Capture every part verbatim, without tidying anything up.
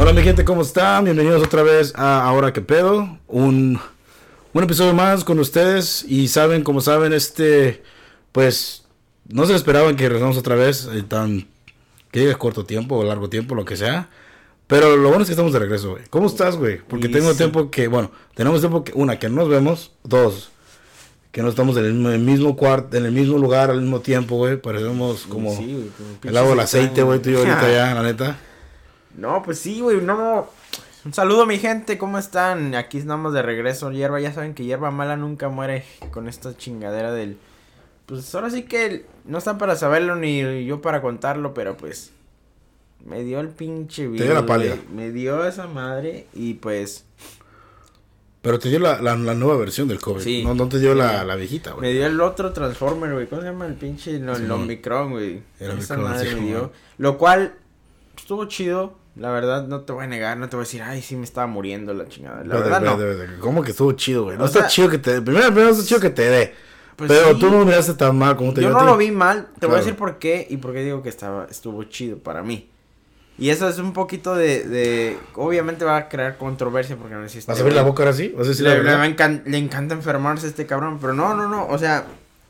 Hola mi gente, ¿cómo están? Bienvenidos otra vez a Ahora que pedo, un, un episodio más con ustedes. Y saben, como saben, este, pues, no se esperaban que regresamos otra vez en tan, que diga corto tiempo o largo tiempo, lo que sea. Pero lo bueno es que estamos de regreso, güey. ¿Cómo estás, güey? Porque y tengo sí. tiempo que, bueno, tenemos tiempo que, una, que no nos vemos, dos, que no estamos en el mismo, en el mismo cuarto, en el mismo lugar al mismo tiempo, güey. Parecemos como sí, güey, como el agua del aceite, güey, tú y yo ahorita ya, la neta. No, pues sí, güey, no. Un saludo, mi gente, ¿cómo están? Aquí estamos de regreso. Hierba, ya saben que hierba mala nunca muere con esta chingadera del... Pues ahora sí que no están para saberlo ni yo para contarlo, pero pues... Me dio el pinche virus. Te dio la pálida. Me dio esa madre y pues... Pero te dio la, la, la nueva versión del COVID. Sí. No, no te dio sí. la, la viejita, güey. Me dio el otro Transformer, güey. ¿Cómo se llama el pinche? No, sí, el Omicron, güey. Esa Omicron, madre sí, me dio. Lo cual estuvo chido. La verdad, no te voy a negar, no te voy a decir, ay, sí me estaba muriendo la chingada. La pero, verdad, pero, no. pero, pero, ¿cómo que estuvo chido, güey? No o está sea, chido que te dé. Primero, primero está chido que te dé. Pues pero sí. Tú no lo miraste tan mal como te dio. Yo no lo vi mal. Te claro. voy a decir por qué y por qué digo que estaba, estuvo chido para mí. Y eso es un poquito de, de... Obviamente va a crear controversia porque no existe. ¿Vas a abrir la boca ahora sí? ¿Vas a decir le, la le, encan, le encanta enfermarse a este cabrón, pero no, no, no, o sea...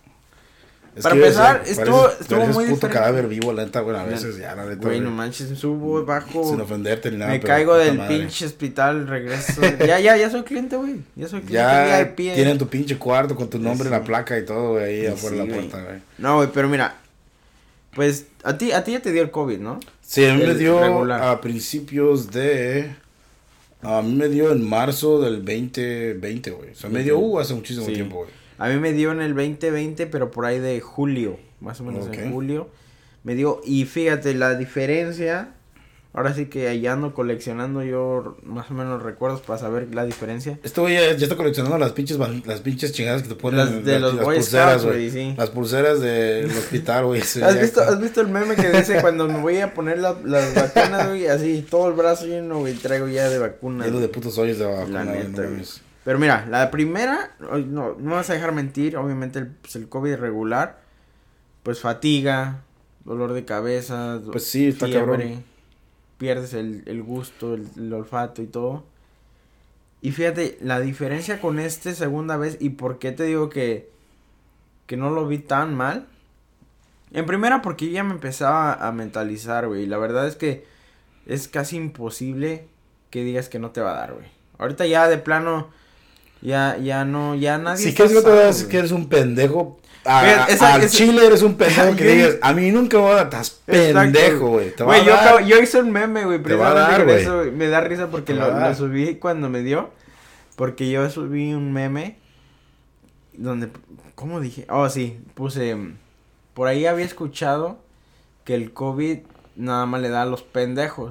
Es para que empezar, pareces, estuvo, pareces, estuvo pareces muy puto diferente. cadáver vivo, la neta, bueno, a veces ya, la neta. Güey, no manches, subo, bajo. Sin ofenderte ni nada. Me caigo del madre. Pinche hospital, regreso. ya, ya, ya soy cliente, güey. Ya soy cliente. Ya V I P, tienen tu pinche cuarto con tu nombre sí. en la placa y todo, güey, ahí sí, afuera sí, de la puerta, güey. No, güey, pero mira. Pues, a ti, a ti ya te dio el COVID, ¿no? Sí, a mí el me dio regular. A principios de... A mí me dio en marzo del veinte veinte, güey. O sea, me dio uh, hace muchísimo sí. tiempo, güey. A mí me dio en el veinte veinte, pero por ahí de julio. Más o menos okay. en julio. Me dio, y fíjate, la diferencia. Ahora sí que allá ando coleccionando yo más o menos recuerdos para saber la diferencia. Esto güey ya, ya está coleccionando las pinches las pinches chingadas que te ponen. Las de las, los las Boy pulseras, güey, sí. Las pulseras del hospital, güey. ¿Has, visto, ¿Has visto el meme que dice cuando me voy a poner la, las vacunas, güey? Así, todo el brazo lleno, güey, traigo ya de vacunas. Lleno de putos hoyos de vacuna, la neta, güey. Pero mira, la primera, no, no vas a dejar mentir, obviamente el, pues el COVID regular, pues fatiga, dolor de cabeza, pues sí, está fiebre, cabrón. Pierdes el, el gusto, el, el olfato y todo. Y fíjate, la diferencia con este segunda vez, y por qué te digo que, que no lo vi tan mal. En primera, porque yo ya me empezaba a mentalizar, güey, y la verdad es que es casi imposible que digas que no te va a dar, güey. Ahorita ya de plano... Ya, ya no, ya nadie. Si quieres que te das que eres un pendejo. A, esa, al esa, chile eres un pendejo que digas, a mí nunca me va a dar, estás pendejo, güey. Güey, yo, yo hice un meme, güey, precisamente eso, güey. Me da risa porque lo, lo subí cuando me dio. Porque yo subí un meme donde, ¿cómo dije? Oh, sí, puse, por ahí había escuchado que el COVID nada más le da a los pendejos.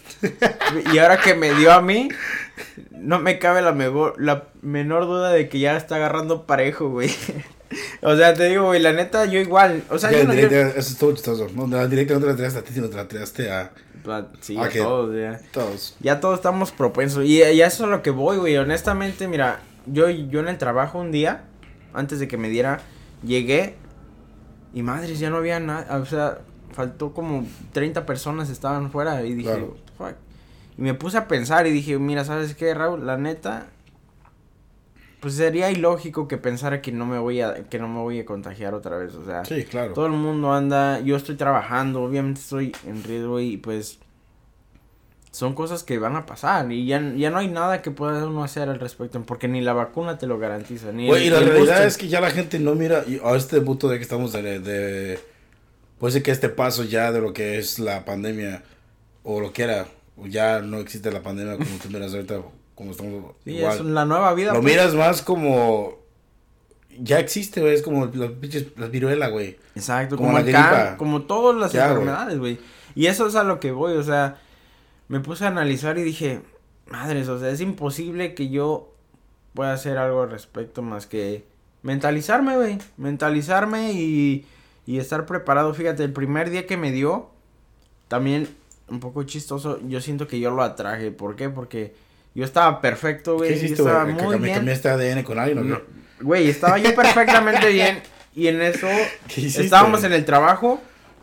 Y ahora que me dio a mí, no me cabe la, mejor, la menor duda de que ya está agarrando parejo, güey. O sea, te digo, güey, la neta, yo igual. O sea, ya, yo no, directo, yo... Eso es todo chistoso. No, la directa no te la tiraste a ti, sino te la tiraste a... Sí, a, a todos, ya. Todos. Ya todos estamos propensos. Y, y eso es a lo que voy, güey. Honestamente, mira, yo, yo en el trabajo un día, antes de que me diera, llegué y madres, ya no había nada. O sea, faltó como treinta personas estaban fuera y dije, claro. Fuck. Y me puse a pensar y dije, mira, ¿sabes qué, Raúl? La neta, pues sería ilógico que pensara que no me voy a, que no me voy a contagiar otra vez, o sea. Sí, claro. Todo el mundo anda, yo estoy trabajando, obviamente estoy en riesgo y pues son cosas que van a pasar y ya, ya no hay nada que pueda uno hacer al respecto, porque ni la vacuna te lo garantiza, ni Oye, el, y la el realidad gusto. Es que ya la gente no mira, y a este punto de que estamos de, de, puede ser que este paso ya de lo que es la pandemia, o lo que era, ya no existe la pandemia como tú miras ahorita, como estamos sí, igual. Es la nueva vida. Lo pues. miras más como, ya existe, güey, es como las pinches, las viruelas, güey. Exacto, como, como la gripa. gripa. Como todas las ya, enfermedades, güey. Y eso es a lo que voy, o sea, me puse a analizar y dije, madres, o sea, es imposible que yo pueda hacer algo al respecto más que mentalizarme, güey. Mentalizarme y, y estar preparado. Fíjate, el primer día que me dio, también un poco chistoso, yo siento que yo lo atraje. ¿Por qué? Porque yo estaba perfecto, güey. ¿Qué hiciste, yo estaba güey? muy bien. ¿Cambiaste A D N con alguien o no, qué? Güey, estaba yo perfectamente bien. Y en eso estábamos en el trabajo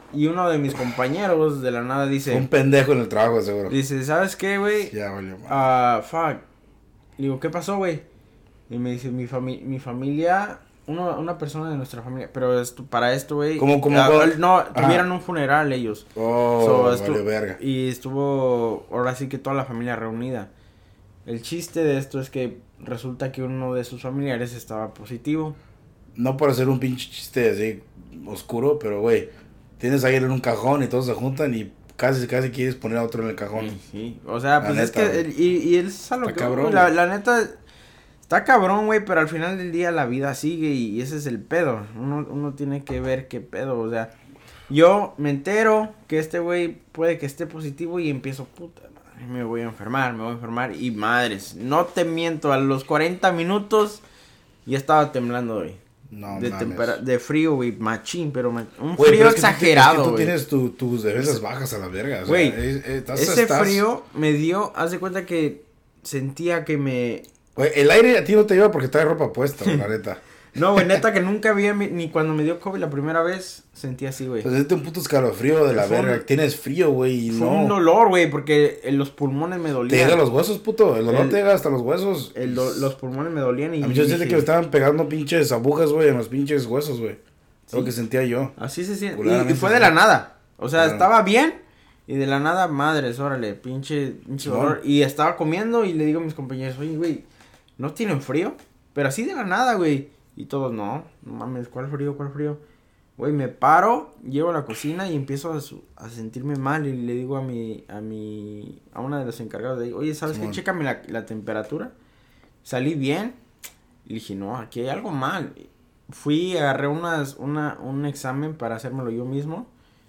Y uno de mis compañeros de la nada dice... Un pendejo en el trabajo, seguro. Dice, ¿sabes qué, güey? Ya, valió. Ah, uh, fuck. Le digo, ¿qué pasó, güey? Y me dice, mi, fami mi familia... Uno, una persona de nuestra familia, pero esto, para esto, güey... ¿Cómo, cómo? Uh, no, tuvieron un funeral ellos. Oh, so, estuvo, vale, verga. Y estuvo, ahora sí que toda la familia reunida. El chiste de esto es que resulta que uno de sus familiares estaba positivo. No por hacer un pinche chiste así oscuro, pero, güey, tienes a alguien en un cajón y todos se juntan y casi, casi quieres poner a otro en el cajón. Sí, sí. O sea, la pues neta, es que, el, y, y él es a lo está que, cabrón, la, la neta... Está cabrón, güey, pero al final del día la vida sigue y ese es el pedo. Uno, uno tiene que ver qué pedo, o sea. Yo me entero que este güey puede que esté positivo y empiezo, puta madre, me voy a enfermar, me voy a enfermar. Y madres, no te miento, a los cuarenta minutos ya estaba temblando, güey. No, de, tempera de frío, güey, machín, pero ma un wey, frío es que exagerado, güey. Tú, es que tú tienes tu, tus defensas bajas a la verga, güey. O sea, es, estás, ese estás... frío me dio, haz de cuenta que sentía que me... Güey, el aire a ti no te lleva porque traes ropa puesta, la neta. No, güey, neta que nunca había, ni cuando me dio COVID la primera vez, sentí así, güey. Pues es un puto escalofrío de la verga, un, tienes frío, güey, y fue no. un dolor, güey, porque en los pulmones me dolían. Te llega a los huesos, puto, el dolor el, te llega hasta los huesos. El do, los pulmones me dolían y... A mí yo sentí que me estaban pegando pinches agujas, güey, en los pinches huesos, güey. Es sí. lo que sentía yo. Así se siente, y, y fue de la nada, o sea, claro. Estaba bien, y de la nada, madres, órale, pinche, pinche no. dolor. Y estaba comiendo y le digo a mis compañeros, oye, güey, ¿no tienen frío? Pero así de la nada, güey. Y todos, no, no mames, ¿cuál frío, cuál frío? Güey, me paro, llego a la cocina y empiezo a, su, a sentirme mal. Y le digo a mi, a mi, a una de los encargados de ahí, oye, ¿sabes sí, qué? Chécame la, la temperatura. Salí bien. Y dije, no, aquí hay algo mal. Fui, agarré unas, una, un examen para hacérmelo yo mismo.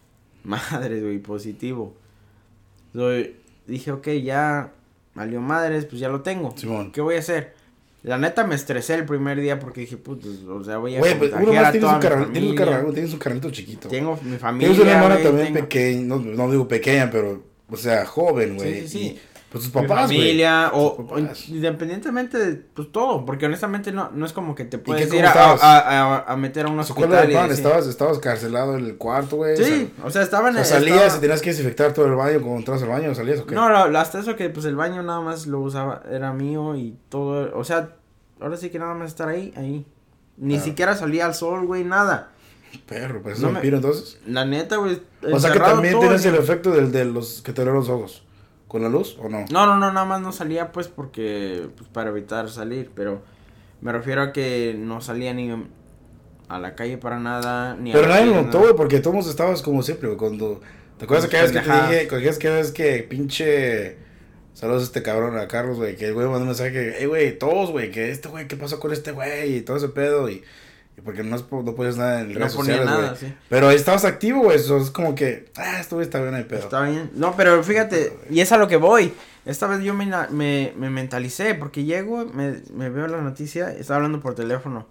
Madre, güey, positivo. Entonces, dije, ok, ya... Valió madres, pues ya lo tengo. Simón. ¿Qué voy a hacer? La neta me estresé el primer día porque dije, puto, o sea, voy a Güey, pues uno más tiene su, carro, tiene, un carro, tiene su carrito chiquito. Tengo mi familia. Tienes una hermana también tengo... pequeña, no, no digo pequeña, pero, o sea, joven, güey. Sí, sí, sí. Y, pues sus papás, güey. Mi familia, wey. o, o independientemente de, pues todo, porque honestamente no, no es como que te puedes ir a, a, a, a, a meter a un hospital. Y pan, estabas, estabas carcelado en el cuarto, güey. Sí, o sea, o sea estaba en el... O sea, salías estaba... y tenías que desinfectar todo el baño cuando entras al baño, ¿salías o qué? No, no, hasta eso que, pues, el baño nada más lo usaba, era mío y todo, o sea, ahora sí que nada más estar ahí, ahí. Ni claro. siquiera salía al sol, güey, nada. Perro, pues es un vampiro entonces. La neta, güey. O sea que también tienes el efecto del, de los que te leen los ojos. ¿Con la luz o no? No, no, no, nada más no salía pues porque, pues para evitar salir, pero me refiero a que no salía ni a la calle para nada, ni pero a nadie lo notó, güey, porque todos estabas como siempre, güey, cuando... ¿Te acuerdas que vez que te dije, que vez que pinche... Saludos a este cabrón, a Carlos, güey, que el güey mandó un mensaje que, hey, güey, todos, güey, que este güey, ¿qué pasó con este güey? Y todo ese pedo, y... Porque no, no ponías nada en redes no sociales, güey. Sí. Pero ahí estabas activo, güey. Eso es como que, ah, esto güey está bien ahí, pedo. Está bien. No, pero fíjate, y es a lo que voy. Esta vez yo me, me, me mentalicé, porque llego, me, me veo la noticia, estaba hablando por teléfono.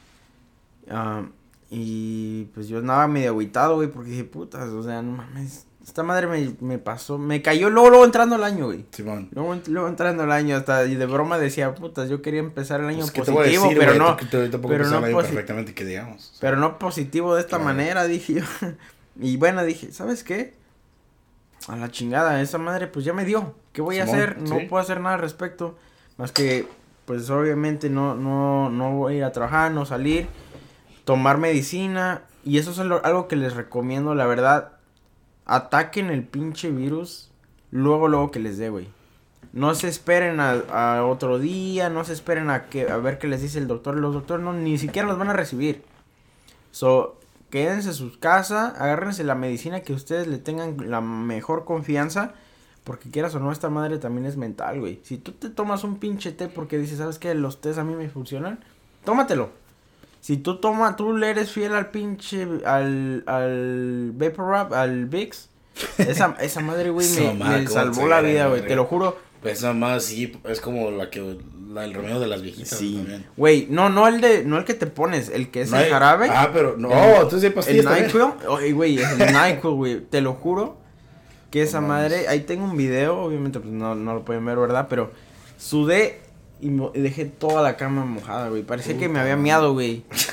Uh, y pues yo andaba medio agüitado, güey, porque dije, putas, o sea, no mames. Esta madre me, me pasó, me cayó luego, luego entrando el año, güey. Simón. Luego, luego entrando el año, hasta y de broma decía, putas, yo quería empezar el año pues, positivo, decir, pero wey, no. Tú, tú, tampoco pero no el año perfectamente, que digamos. O sea, pero no positivo de esta claro. manera, dije yo. Y bueno, dije, ¿sabes qué? A la chingada, esa madre, pues ya me dio. ¿Qué voy Simón, a hacer? No ¿sí? puedo hacer nada al respecto. Más que, pues obviamente no, no, no voy a ir a trabajar, no salir, tomar medicina. Y eso es algo que les recomiendo, la verdad. Ataquen el pinche virus luego, luego que les dé, güey. No se esperen a, a otro día, no se esperen a que a ver qué les dice el doctor. Los doctores no, ni siquiera los van a recibir. So, quédense en sus casas, agárrense la medicina que ustedes le tengan la mejor confianza. Porque quieras o no, esta madre también es mental, güey. Si tú te tomas un pinche té porque dices, ¿sabes qué? Los tés a mí me funcionan, tómatelo. Si tú toma, tú le eres fiel al pinche, al, al Vaporub, al Vicks, esa, esa madre, güey, me, me salvó la vida, güey, te lo juro. Pues esa más sí, es como la que, la, el remedio de las viejitas sí. también. Güey, no, no el de, no el que te pones, el que es no el hay, jarabe. Ah, pero, no, el, entonces hay pastillas el NyQuil, oye, güey, es el NyQuil, güey, te lo juro, que esa no, madre, ahí tengo un video, obviamente, pues no, no lo pueden ver, ¿verdad? Pero sudé y dejé toda la cama mojada, güey. Parecía uh, que me había miado, güey.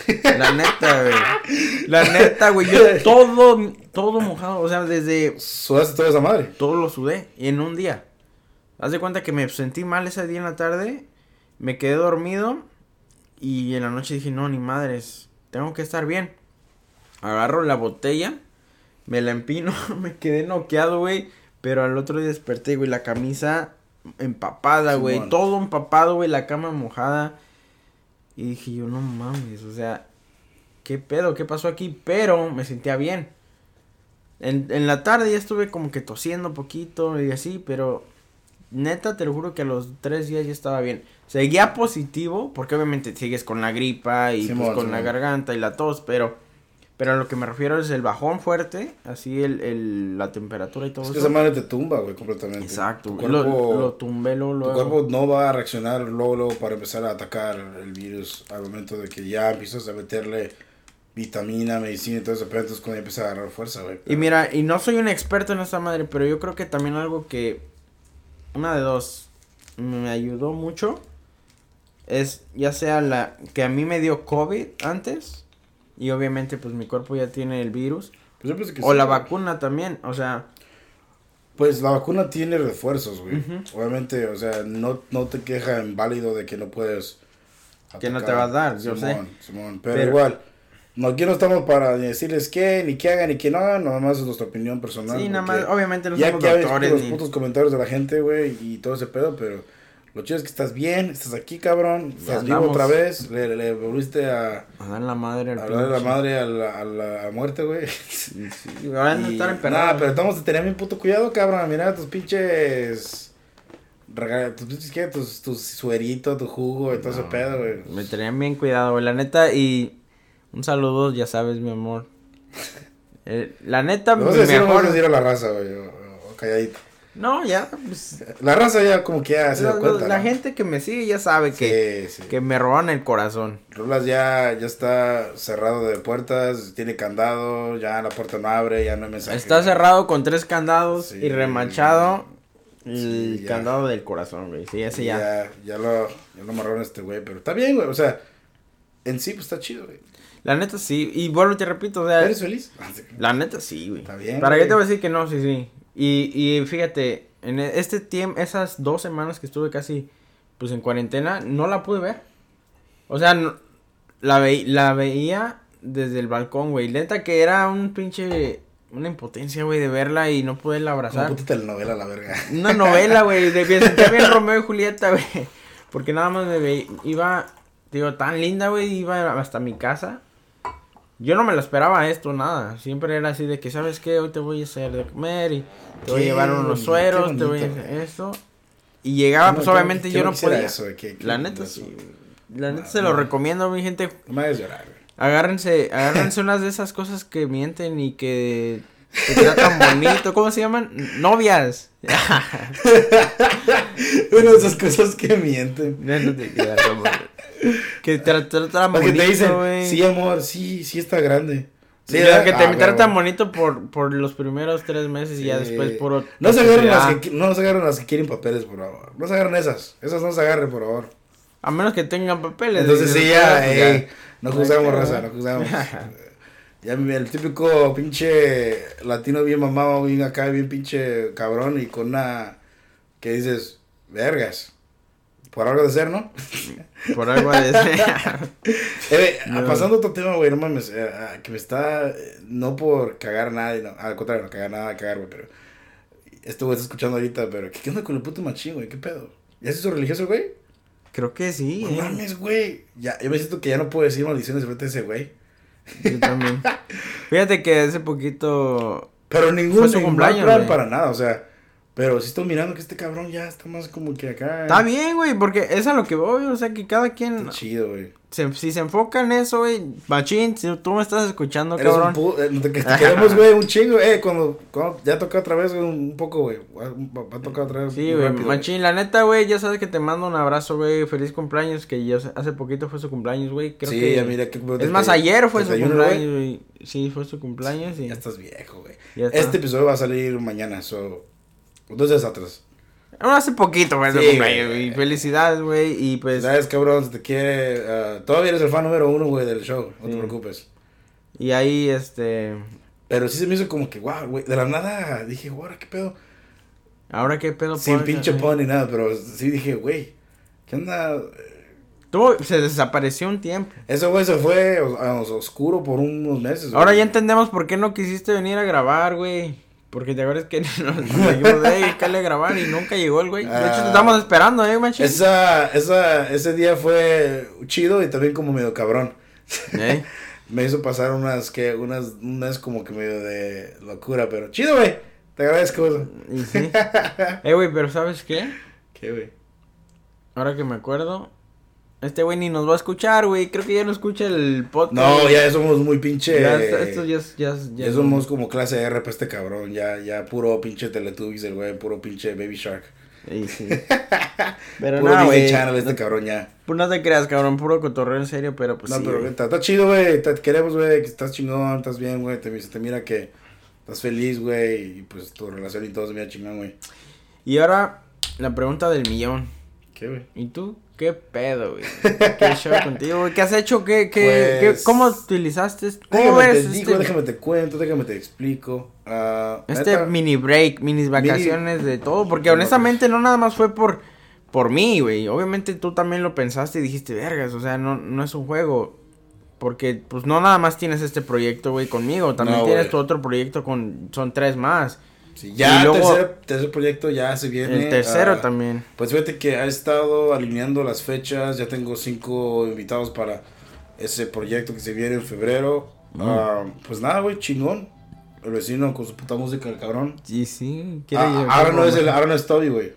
La neta, güey. La neta, güey. Yo todo, todo mojado. O sea, desde. ¿Sudaste toda esa madre? Todo lo sudé. Y en un día. Haz de cuenta que me sentí mal ese día en la tarde. Me quedé dormido. Y en la noche dije, no, ni madres. Tengo que estar bien. Agarro la botella. Me la empino. Me quedé noqueado, güey. Pero al otro día desperté, güey. La camisa empapada, güey. Sí, todo empapado, güey. La cama mojada. Y dije yo, no mames, o sea, ¿qué pedo? ¿Qué pasó aquí? Pero me sentía bien. En, en la tarde ya estuve como que tosiendo poquito y así, pero neta te lo juro que a los tres días ya estaba bien. Seguía positivo, porque obviamente sigues con la gripa y sí, pues, con sí, la sí. garganta y la tos, pero pero a lo que me refiero es el bajón fuerte, así el, el la temperatura y todo eso. Es que esa madre te tumba, güey, completamente. Exacto, tu cuerpo, lo, lo tumbé luego, luego. Tu cuerpo no va a reaccionar luego, luego para empezar a atacar el virus al momento de que ya empiezas a meterle vitamina, medicina y todo eso, pero entonces cuando ya empieza a agarrar fuerza, güey. Y mira, y no soy un experto en esta madre, pero yo creo que también algo que, una de dos, me ayudó mucho, es ya sea la, que a mí me dio COVID antes, y obviamente pues mi cuerpo ya tiene el virus, pues yo pensé que o sí, la güey. vacuna también, o sea. Pues la vacuna tiene refuerzos, güey. Uh-huh. Obviamente, o sea, no, no te queja inválido de que no puedes atacar. Que no te va a dar, yo Simón, sé. Simón, pero, pero igual, no, aquí no estamos para decirles qué, ni qué hagan, ni qué no hagan, nada más es nuestra opinión personal. Sí, nada más, obviamente no ya somos que doctores. Ya los ni... putos comentarios de la gente, güey, y todo ese pedo, pero lo chido es que estás bien, estás aquí, cabrón, estás vivo otra vez, le, le, le volviste a... A dar la madre al A dar la madre a la, a la a muerte, güey. Sí, sí, van a estar emperrados. Nada, pero estamos de tener bien puto cuidado, cabrón, mira tus pinches... Tus pinches, ¿qué? Tus, tus suerito, tu jugo y todo no, ese pedo, güey. Me tenían bien cuidado, güey, la neta, y... Un saludo, ya sabes, mi amor. Eh, la neta, mi mejor... No vas a decir a la raza, güey, o, o calladito. No, ya, pues... La raza ya como que ya se da cuenta, La ¿no? gente que me sigue ya sabe que, sí, sí. que me roban el corazón. Rolas ya, ya está cerrado de puertas, tiene candado, ya la puerta no abre, ya no hay mensaje. Está cerrado con tres candados sí, y remachado sí, el ya. candado del corazón, güey. Sí, ese ya. Ya, ya lo, ya lo amarraron a este güey, pero está bien, güey, o sea, en sí, pues está chido, güey. La neta sí, y vuelvo y te repito, o sea... ¿Eres feliz? La neta sí, güey. Está bien, ¿Para güey. qué te voy a decir que no? Sí, sí. Y, y fíjate, en este tiempo, esas dos semanas que estuve casi, pues en cuarentena, no la pude ver. O sea, no, la, ve, la veía desde el balcón, güey. Neta que era un pinche, una impotencia, güey, de verla y no poderla abrazar. Como puta telenovela, la verga. Una novela, güey, de que sentía bien Romeo y Julieta, güey. Porque nada más me veía, iba, digo, tan linda, güey, iba hasta mi casa. Yo no me lo esperaba esto, nada. Siempre era así de que, ¿sabes qué? Hoy te voy a hacer de comer y te voy a llevar unos sueros, te voy a hacer esto. Y llegaba, pues obviamente yo no podía. Eso, ¿qué, qué la neta sí. La neta se lo recomiendo, mi gente. No me hagas llorar, güey. Agárrense, agárrense unas de esas cosas que mienten y que te tratan bonito. ¿Cómo se llaman? Novias. Una de esas cosas que mienten. No, no te quedas, que te tratan bonito, que te dicen, wey. Sí, amor, sí, sí está grande. Sí, sí que te ah, tratan bonito por, por los primeros tres meses sí. Y ya después por... No se agarren las que, no se agarren las que quieren papeles, por favor. No se agarren esas. Esas no se agarren, por favor. A menos que tengan papeles. Entonces sí, ya, ey, no juzgamos, raza, no juzgamos. Ya el típico pinche latino bien mamado, bien acá, bien pinche cabrón y con una... Que dices, vergas. Por algo de ser, ¿no? Por algo de ser. eh, no. Pasando a otro tema, güey, no mames, eh, que me está, eh, no por cagar a nadie, no, al contrario, no cagar nada, cagar, güey, pero esto güey está escuchando ahorita, pero ¿qué, qué onda con el puto machín, güey? ¿Qué pedo? ¿Ya se hizo religioso, güey? Creo que sí. No eh. mames, güey. Ya, yo me siento que ya no puedo decir maldiciones frente a ese güey. Yo también. Fíjate que hace poquito... Pero ningún, ningún plan para nada, o sea... Pero sí estoy mirando que este cabrón ya está más como que acá. Está bien, güey, porque es a lo que voy, o sea, que cada quien... Está chido, güey. Se, si se enfoca en eso, güey, machín, si tú me estás escuchando, Eres cabrón. Un pu- te, te queremos, güey, un chingo, eh, cuando, cuando ya toca otra vez, güey, un poco, güey, va a tocar otra vez. Sí, güey, machín, la neta, güey, ya sabes que te mando un abrazo, güey, feliz cumpleaños, que ya hace poquito fue su cumpleaños, güey, creo sí, que... Ya mira, que es más, ayer fue su cumpleaños, güey. Sí, fue su cumpleaños y... Ya estás viejo, güey. Este episodio va a salir mañana, so... Dos días atrás. No, hace poquito, güey, sí, güey. Felicidades, güey, y pues... Sabes, cabrón, si te quiere... Uh, todavía eres el fan número uno, güey, del show, no sí. te preocupes. Y ahí, este... Pero sí se me hizo como que, wow, güey, de la nada dije, wow, ¿qué pedo? ¿Ahora qué pedo? Sin pinche pon ni nada, pero sí dije, güey, ¿qué onda? Tuvo, se desapareció un tiempo. Eso, güey, se fue a oscuro por unos meses, güey. Ahora ya entendemos por qué no quisiste venir a grabar, güey. Porque te acuerdas que nos dijimos, hey, cállate a grabar y nunca llegó el güey. De hecho, te estamos esperando, eh, machín. Esa, esa, ese día fue chido y también como medio cabrón. ¿Eh? Me hizo pasar unas, que, unas, un mes como que medio de locura, pero chido, güey. Te agradezco eso. Y sí. Eh, güey, pero ¿sabes qué? ¿Qué, güey? Ahora que me acuerdo, este güey ni nos va a escuchar, güey. Creo que ya no escucha el podcast. No, ya somos muy pinche. Ya, esto ya, ya, ya, ya somos como clase R para este cabrón. Ya, ya puro pinche Teletubbies, el güey. Puro pinche Baby Shark. Sí, sí. Pero puro no, güey. Channel este cabrón ya. Pues no te creas, cabrón. Puro cotorreo en serio, pero pues no, sí. No, pero está, está chido, güey. Te queremos, güey. Que estás chingón, estás bien, güey. Te, te mira que estás feliz, güey. Y pues tu relación y todo se mira chingón, güey. Y ahora, la pregunta del millón. ¿Qué, güey? ¿Y tú? ¿Qué pedo, güey? ¿Qué show contigo, güey? ¿Qué has hecho? ¿Qué, qué, pues, qué, ¿Cómo utilizaste? ¿Cómo déjame ves te digo, este... déjame te cuento, déjame te explico. Uh, este neta, mini break, mini vacaciones mini... de todo. Porque honestamente no nada más fue por, por mí, güey. Obviamente tú también lo pensaste y dijiste, vergas, o sea, no, no es un juego. Porque, pues, no nada más tienes este proyecto, güey, conmigo. También no, tienes wey. tu otro proyecto con... Son tres más. Sí, ya el tercer, tercer proyecto ya se viene. El tercero uh, también. Pues fíjate que ha estado alineando las fechas. Ya tengo cinco invitados para ese proyecto que se viene en febrero. Mm. Uh, pues nada, güey, chingón. El vecino con su puta música, el cabrón. Sí, sí. Ah, ahora no es el, ahora no es Toby, güey.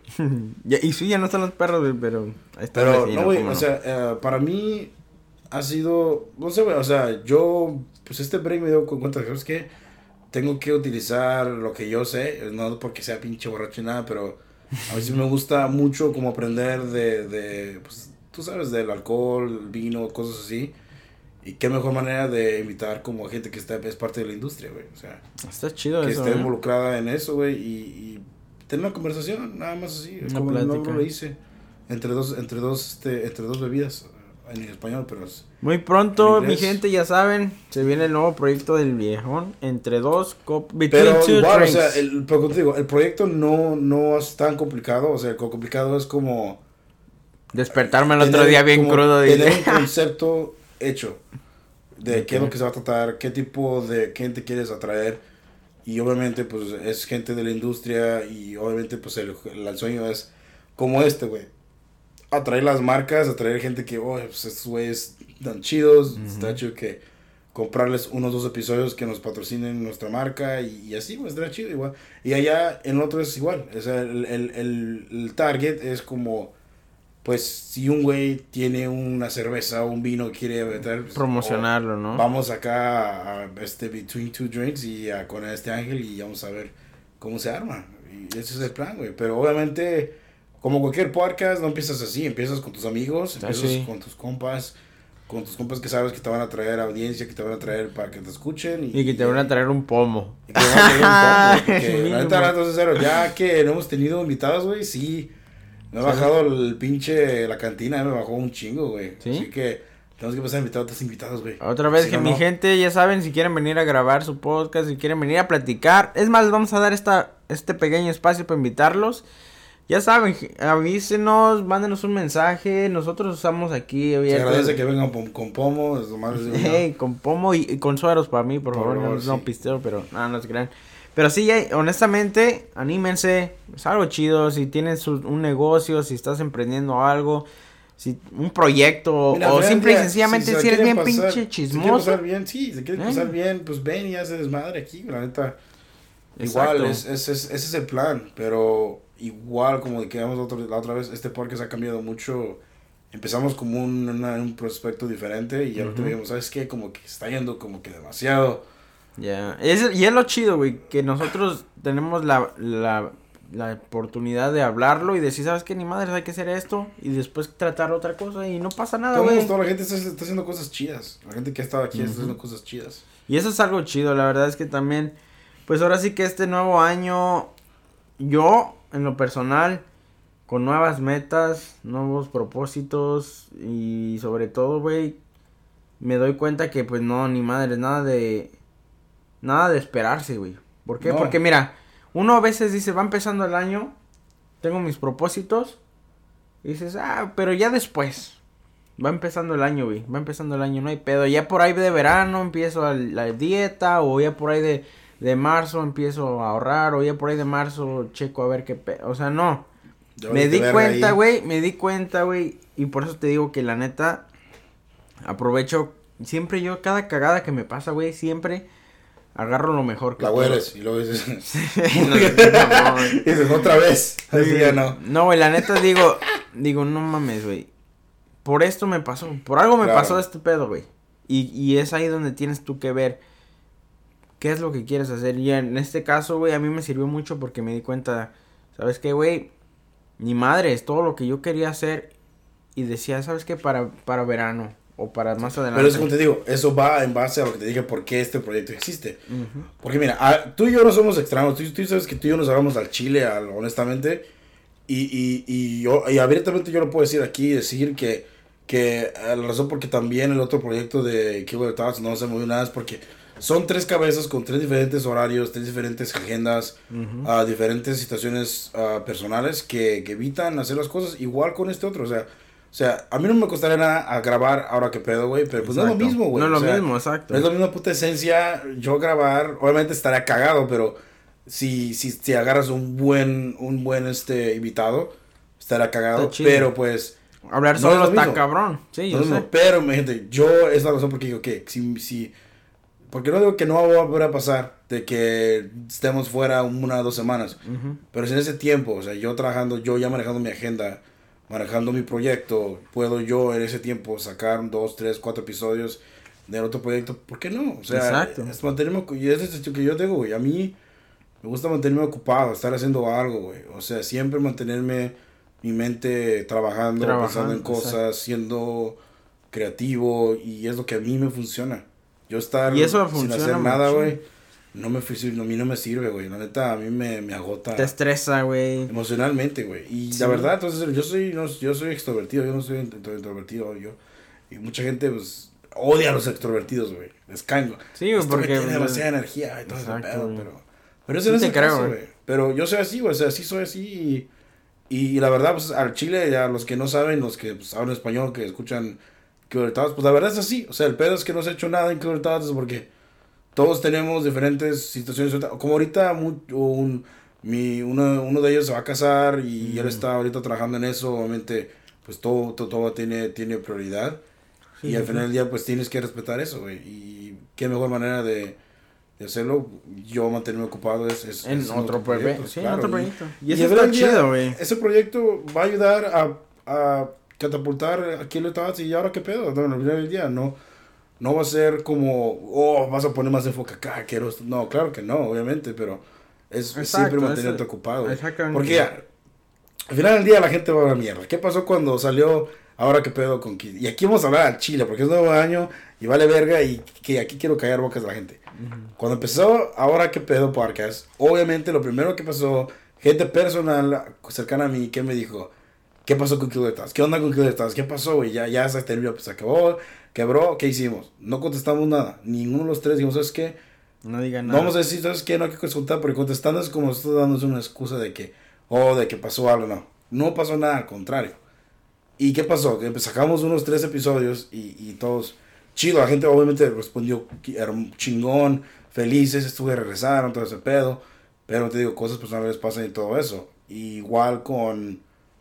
Y sí, ya no están los perros, güey, pero... Ahí está pero, el vecino, no, güey, o no. sea, uh, para mí ha sido... No sé, güey, o sea, yo... Pues este break me dio cuenta de que... que tengo que utilizar lo que yo sé, no porque sea pinche borracho ni nada, pero a mí sí me gusta mucho como aprender de, de, pues, tú sabes, del alcohol, el vino, cosas así. Y qué mejor manera de invitar como a gente que está, es parte de la industria, güey. O sea, está chido que eso, esté ¿eh? involucrada en eso, güey, y, y tener una conversación, nada más así. Una como plática. No lo hice, entre dos, entre dos, este, entre dos bebidas. En español, pero es muy pronto, mi gente, ya saben, se viene el nuevo proyecto del Viejón, entre dos, cop pero igual, o sea, el, pero te digo, el proyecto no, no es tan complicado, o sea, lo complicado es como despertarme el otro día bien crudo, tener un concepto hecho de okay. qué es lo que se va a tratar, qué tipo de gente quieres atraer, y obviamente, pues, es gente de la industria, y obviamente, pues, el, el sueño es como este, güey. Atraer las marcas, atraer gente que, oh, pues estos güeyes tan chidos, uh-huh. Está chido que comprarles unos dos episodios que nos patrocinen nuestra marca y, y así, pues estará chido igual. Y allá en el otro es igual, o sea, el, el, el, el target es como, pues si un güey tiene una cerveza o un vino que quiere meter, pues, promocionarlo, oh, ¿no? Vamos acá a, a este Between Two Drinks y a, con este ángel y vamos a ver cómo se arma. Y ese es el plan, güey, pero obviamente... Como cualquier podcast, no empiezas así, empiezas con tus amigos, empiezas sí. con tus compas, con tus compas que sabes que te van a traer audiencia, que te van a traer para que te escuchen. Y, y que te van a traer un pomo. Y que te van a traer un pomo. Porque, la neta, entonces, cero, ya que no hemos tenido invitados, güey, sí, me ha ¿sí? bajado el pinche, la cantina, me bajó un chingo, güey. ¿Sí? Así que tenemos que empezar a invitar a otros invitados, güey. Otra vez, si que no, mi no. gente, ya saben, si quieren venir a grabar su podcast, si quieren venir a platicar. Es más, les vamos a dar esta, este pequeño espacio para invitarlos. Ya saben, avísenos, mándenos un mensaje, nosotros usamos aquí abierto. Se agradece que vengan con, con pomo, es lo más hey, con pomo y, y con sueros para mí, por, por favor, favor, no, sí. no pisteo, pero nada, no es gran. Pero sí, honestamente, anímense, es algo chido, si tienes su, un negocio, si estás emprendiendo algo, si un proyecto, Mira, o simple y sencillamente si, si eres bien pasar, pinche chismoso. Si pasar bien, sí, si quieres ¿Eh? pasar bien, pues ven y haz desmadre aquí, la neta. Exacto. Igual, es, es, es, ese es el plan, pero... Igual, como quedamos otro, la otra vez, este podcast ha cambiado mucho. Empezamos como un, una, un prospecto diferente y ya uh-huh. lo tuvimos, ¿sabes qué? Como que está yendo como que demasiado. Ya, yeah. y es lo chido, güey, que nosotros tenemos la, la, la oportunidad de hablarlo y decir, ¿sabes qué? Ni madres, hay que hacer esto y después tratar otra cosa y no pasa nada, güey. Toda la gente está, está haciendo cosas chidas, la gente que ha estado aquí uh-huh. está haciendo cosas chidas. Y eso es algo chido, la verdad es que también, pues ahora sí que este nuevo año, yo... En lo personal, con nuevas metas, nuevos propósitos y sobre todo, güey, me doy cuenta que pues no, ni madre, nada de, nada de esperarse, güey. ¿Por qué? No. Porque mira, uno a veces dice, va empezando el año, tengo mis propósitos, y dices, ah, pero ya después, va empezando el año, güey, va empezando el año, no hay pedo, ya por ahí de verano empiezo la dieta, o ya por ahí de, de marzo empiezo a ahorrar, o ya por ahí de marzo checo a ver qué pedo, o sea, no. Yo me di cuenta, güey, me di cuenta, güey, y por eso te digo que la neta, aprovecho, siempre yo, cada cagada que me pasa, güey, siempre agarro lo mejor que la hueles, y luego dices, no, no, dices, otra vez, así ya no. No, güey, la neta digo, digo, no mames, güey, por esto me pasó, por algo me claro. pasó este pedo, güey, y, y es ahí donde tienes tú que ver qué es lo que quieres hacer, y en este caso, güey, a mí me sirvió mucho porque me di cuenta, ¿sabes qué, güey? Ni madre, es todo lo que yo quería hacer y decía, ¿sabes qué? Para, para verano o para más adelante. Pero es como te digo, eso va en base a lo que te dije, por qué este proyecto existe. Uh-huh. Porque mira, a, tú y yo no somos extraños, tú, tú sabes que tú y yo nos hablamos al chile, al, honestamente, y, y, y, yo, y abiertamente yo lo puedo decir aquí, decir que, que la razón porque también el otro proyecto de Killer Thoughts no se movió nada es porque son tres cabezas con tres diferentes horarios, tres diferentes agendas, uh-huh. uh, diferentes situaciones uh, personales que, que evitan hacer las cosas igual con este otro. O sea, o sea, a mí no me costaría nada a grabar ahora que pedo, güey, pero pues exacto. no es lo mismo, güey. No es lo o sea, mismo, exacto. No es la misma puta esencia yo grabar, obviamente estaría cagado, pero si, si, si agarras un buen, un buen este invitado, estaría cagado, pero pues... Hablar solo no está cabrón, sí, yo no, sé. Pero, mi gente, yo, es la razón porque digo que si... si porque no digo que no va a volver a pasar de que estemos fuera una o dos semanas. Uh-huh. Pero si en ese tiempo, o sea, yo trabajando, yo ya manejando mi agenda, manejando mi proyecto, puedo yo en ese tiempo sacar dos, tres, cuatro episodios del otro proyecto, ¿por qué no? O sea, exacto. Es mantenerme, y ese es el que yo tengo, güey. A mí me gusta mantenerme ocupado, estar haciendo algo, güey. O sea, siempre mantenerme mi mente trabajando, trabajando pensando en cosas, exacto. siendo creativo, y es lo que a mí me funciona. Yo estar y eso sin hacer nada, güey, no me, no, a mí no me sirve, güey. La neta, a mí me, me agota. Te estresa, güey. Emocionalmente, güey. Y sí. la verdad, entonces, yo soy, no, yo soy extrovertido, yo no soy introvertido, yo. Y mucha gente, pues, odia a los extrovertidos, güey. Les caen. Sí, güey, porque... tiene demasiada energía y todo ese pedo, pero... Pero eso no es el caso, güey. Pero yo soy así, güey, o sea, sí soy así y... Y la verdad, pues, al Chile, a los que no saben, los que pues, hablan español, que escuchan... pues la verdad es así, o sea, el pedo es que no se ha hecho nada en Killer Thoughts porque todos tenemos diferentes situaciones, como ahorita un, un, mi, uno, uno de ellos se va a casar y mm. él está ahorita trabajando en eso, obviamente pues todo, todo, todo tiene, tiene prioridad sí, y al sí, final del día pues tienes que respetar eso, güey, y qué mejor manera de, de hacerlo, yo mantenerme ocupado es, es en es otro proyecto, sí, claro. en otro proyecto, y, y eso y está chido, güey. Ese proyecto va a ayudar a, a catapultar aquí lo estabas y ahora qué pedo, no, al final del día no, no va a ser como, oh, vas a poner más enfoque acá, quiero esto. No, claro que no, obviamente, pero es, Exacto, es siempre mantenerte es, ocupado. Porque ya, al final del día la gente va a la mierda. ¿Qué pasó cuando salió ahora qué pedo con Kid? Y aquí vamos a hablar al Chile, porque es nuevo año y vale verga y que aquí quiero callar bocas de la gente. Uh-huh. Cuando empezó ahora qué pedo podcast, obviamente lo primero que pasó, gente personal cercana a mí, que me dijo... ¿Qué pasó con Killer Thoughts? ¿Qué onda con Killer Thoughts? ¿Qué pasó, güey? Ya, ya se terminó, pues se acabó, quebró, ¿qué hicimos? No contestamos nada. Ninguno de los tres dijimos, ¿sabes qué? No digan nada. No vamos a decir, ¿sabes qué? No hay que consultar, porque contestando es como estoy dándonos una excusa de que, oh, de que pasó algo, no. No pasó nada, al contrario. ¿Y qué pasó? Que sacamos unos tres episodios y, y todos, chido, la gente obviamente respondió chingón, felices, estuve regresaron, todo ese pedo, pero te digo, cosas personales pasan y todo eso. Y igual con...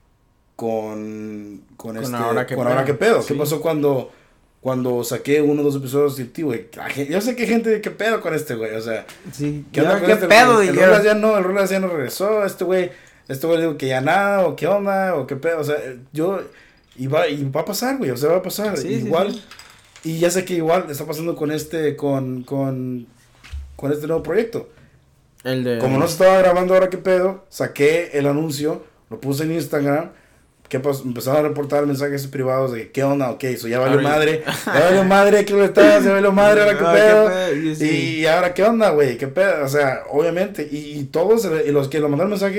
con con, con este ahora que con ahora que pedo sí. ¿Qué pasó cuando cuando saqué uno o dos episodios de ti, güey? Yo sé que hay gente que pedo con este güey, o sea, sí, ¿qué onda con ¿qué este pedo? El Rolas ya no, el Rolas ya no regresó, este güey, este güey digo que ya nada, o qué onda, o qué pedo, o sea, yo y va y va a pasar, güey, o sea, va a pasar sí, igual sí, sí. Y ya sé que igual está pasando con este con con con este nuevo proyecto. El de Como no se estaba grabando ahora qué pedo, saqué el anuncio, lo puse en Instagram. ¿Qué pasó? Empezaron a reportar mensajes privados de ¿qué onda? Ok, eso ya valió madre. Ya valió madre, ¿qué le estás? Ya valió madre, ahora qué pedo. Y, sí. y ahora ¿qué onda, güey? ¿Qué pedo? O sea, obviamente. Y, y todos, y los que lo mandaron mensaje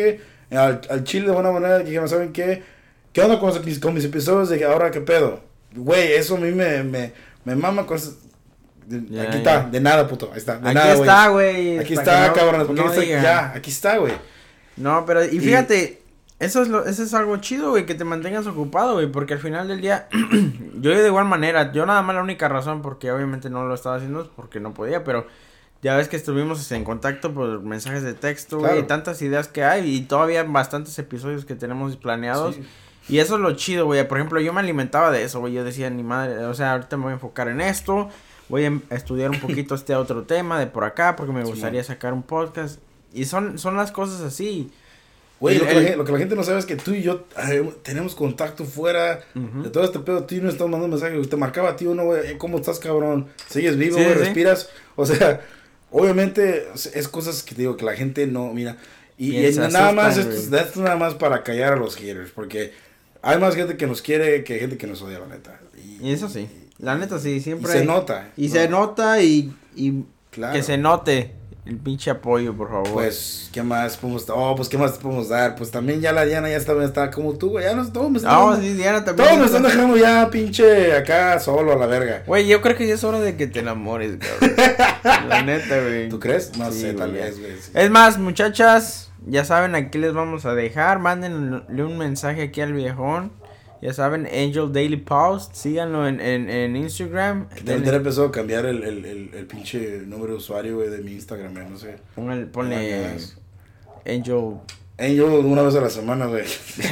al, al chile de buena manera, que dijeron, ¿saben qué? ¿Qué onda con, con mis episodios de ahora qué pedo? Güey, eso a mí me, me, me mama con eso. Yeah, aquí está, yeah. de nada, puto. Ahí está, de aquí nada, está, güey. Aquí está, no, cabrón. No está, ya, aquí está, güey. No, pero, y fíjate, y... eso es lo, eso es algo chido, güey, que te mantengas ocupado, güey, porque al final del día, yo de igual manera, yo nada más la única razón, porque obviamente no lo estaba haciendo, es porque no podía, pero ya ves que estuvimos en contacto por mensajes de texto, güey, claro. tantas ideas que hay, y todavía bastantes episodios que tenemos planeados. Sí. Y eso es lo chido, güey. Por ejemplo, yo me alimentaba de eso, güey. Yo decía, ni madre, o sea, ahorita me voy a enfocar en esto. Voy a estudiar un poquito este otro tema de por acá porque me gustaría sí, sacar un podcast. Y son, son las cosas así. Güey, lo, el... lo que la gente no sabe es que tú y yo eh, tenemos contacto fuera uh-huh. de todo este pedo. Tú y no estás mandando mensajes. Te marcaba a ti uno, güey. ¿Cómo estás, cabrón? ¿Sigues vivo, güey? Sí, ¿respiras? Sí. O sea, obviamente es cosas que te digo que la gente no, mira. Y, y nada más, esto, esto es nada más para callar a los haters. Porque hay más gente que nos quiere que gente que nos odia, la neta. Y, y eso sí. La neta sí, siempre. Y se nota. Y ¿no? se nota y, y claro. que se note el pinche apoyo, por favor. Pues, ¿qué más podemos dar? Oh, pues, ¿qué más podemos dar? Pues también ya la Diana ya está, está como tú, güey. Ya nos, todos me están No, dejando, sí, Diana también. Todos me están dejando ya, pinche, acá solo a la verga. Güey, yo creo que ya es hora de que te enamores, cabrón. La neta, güey. ¿Tú crees? No sí, sé, tal güey. vez, güey. Sí. Es más, muchachas, ya saben, aquí les vamos a dejar. Mándenle un mensaje aquí al viejón. Ya saben, Angel Daily Post, síganlo en, en, en Instagram. Deben empezó a cambiar el, el, el, el pinche número de usuario, güey, de mi Instagram, güey, no sé. Ponle, ponle Angel... Angel una vez a la semana, güey.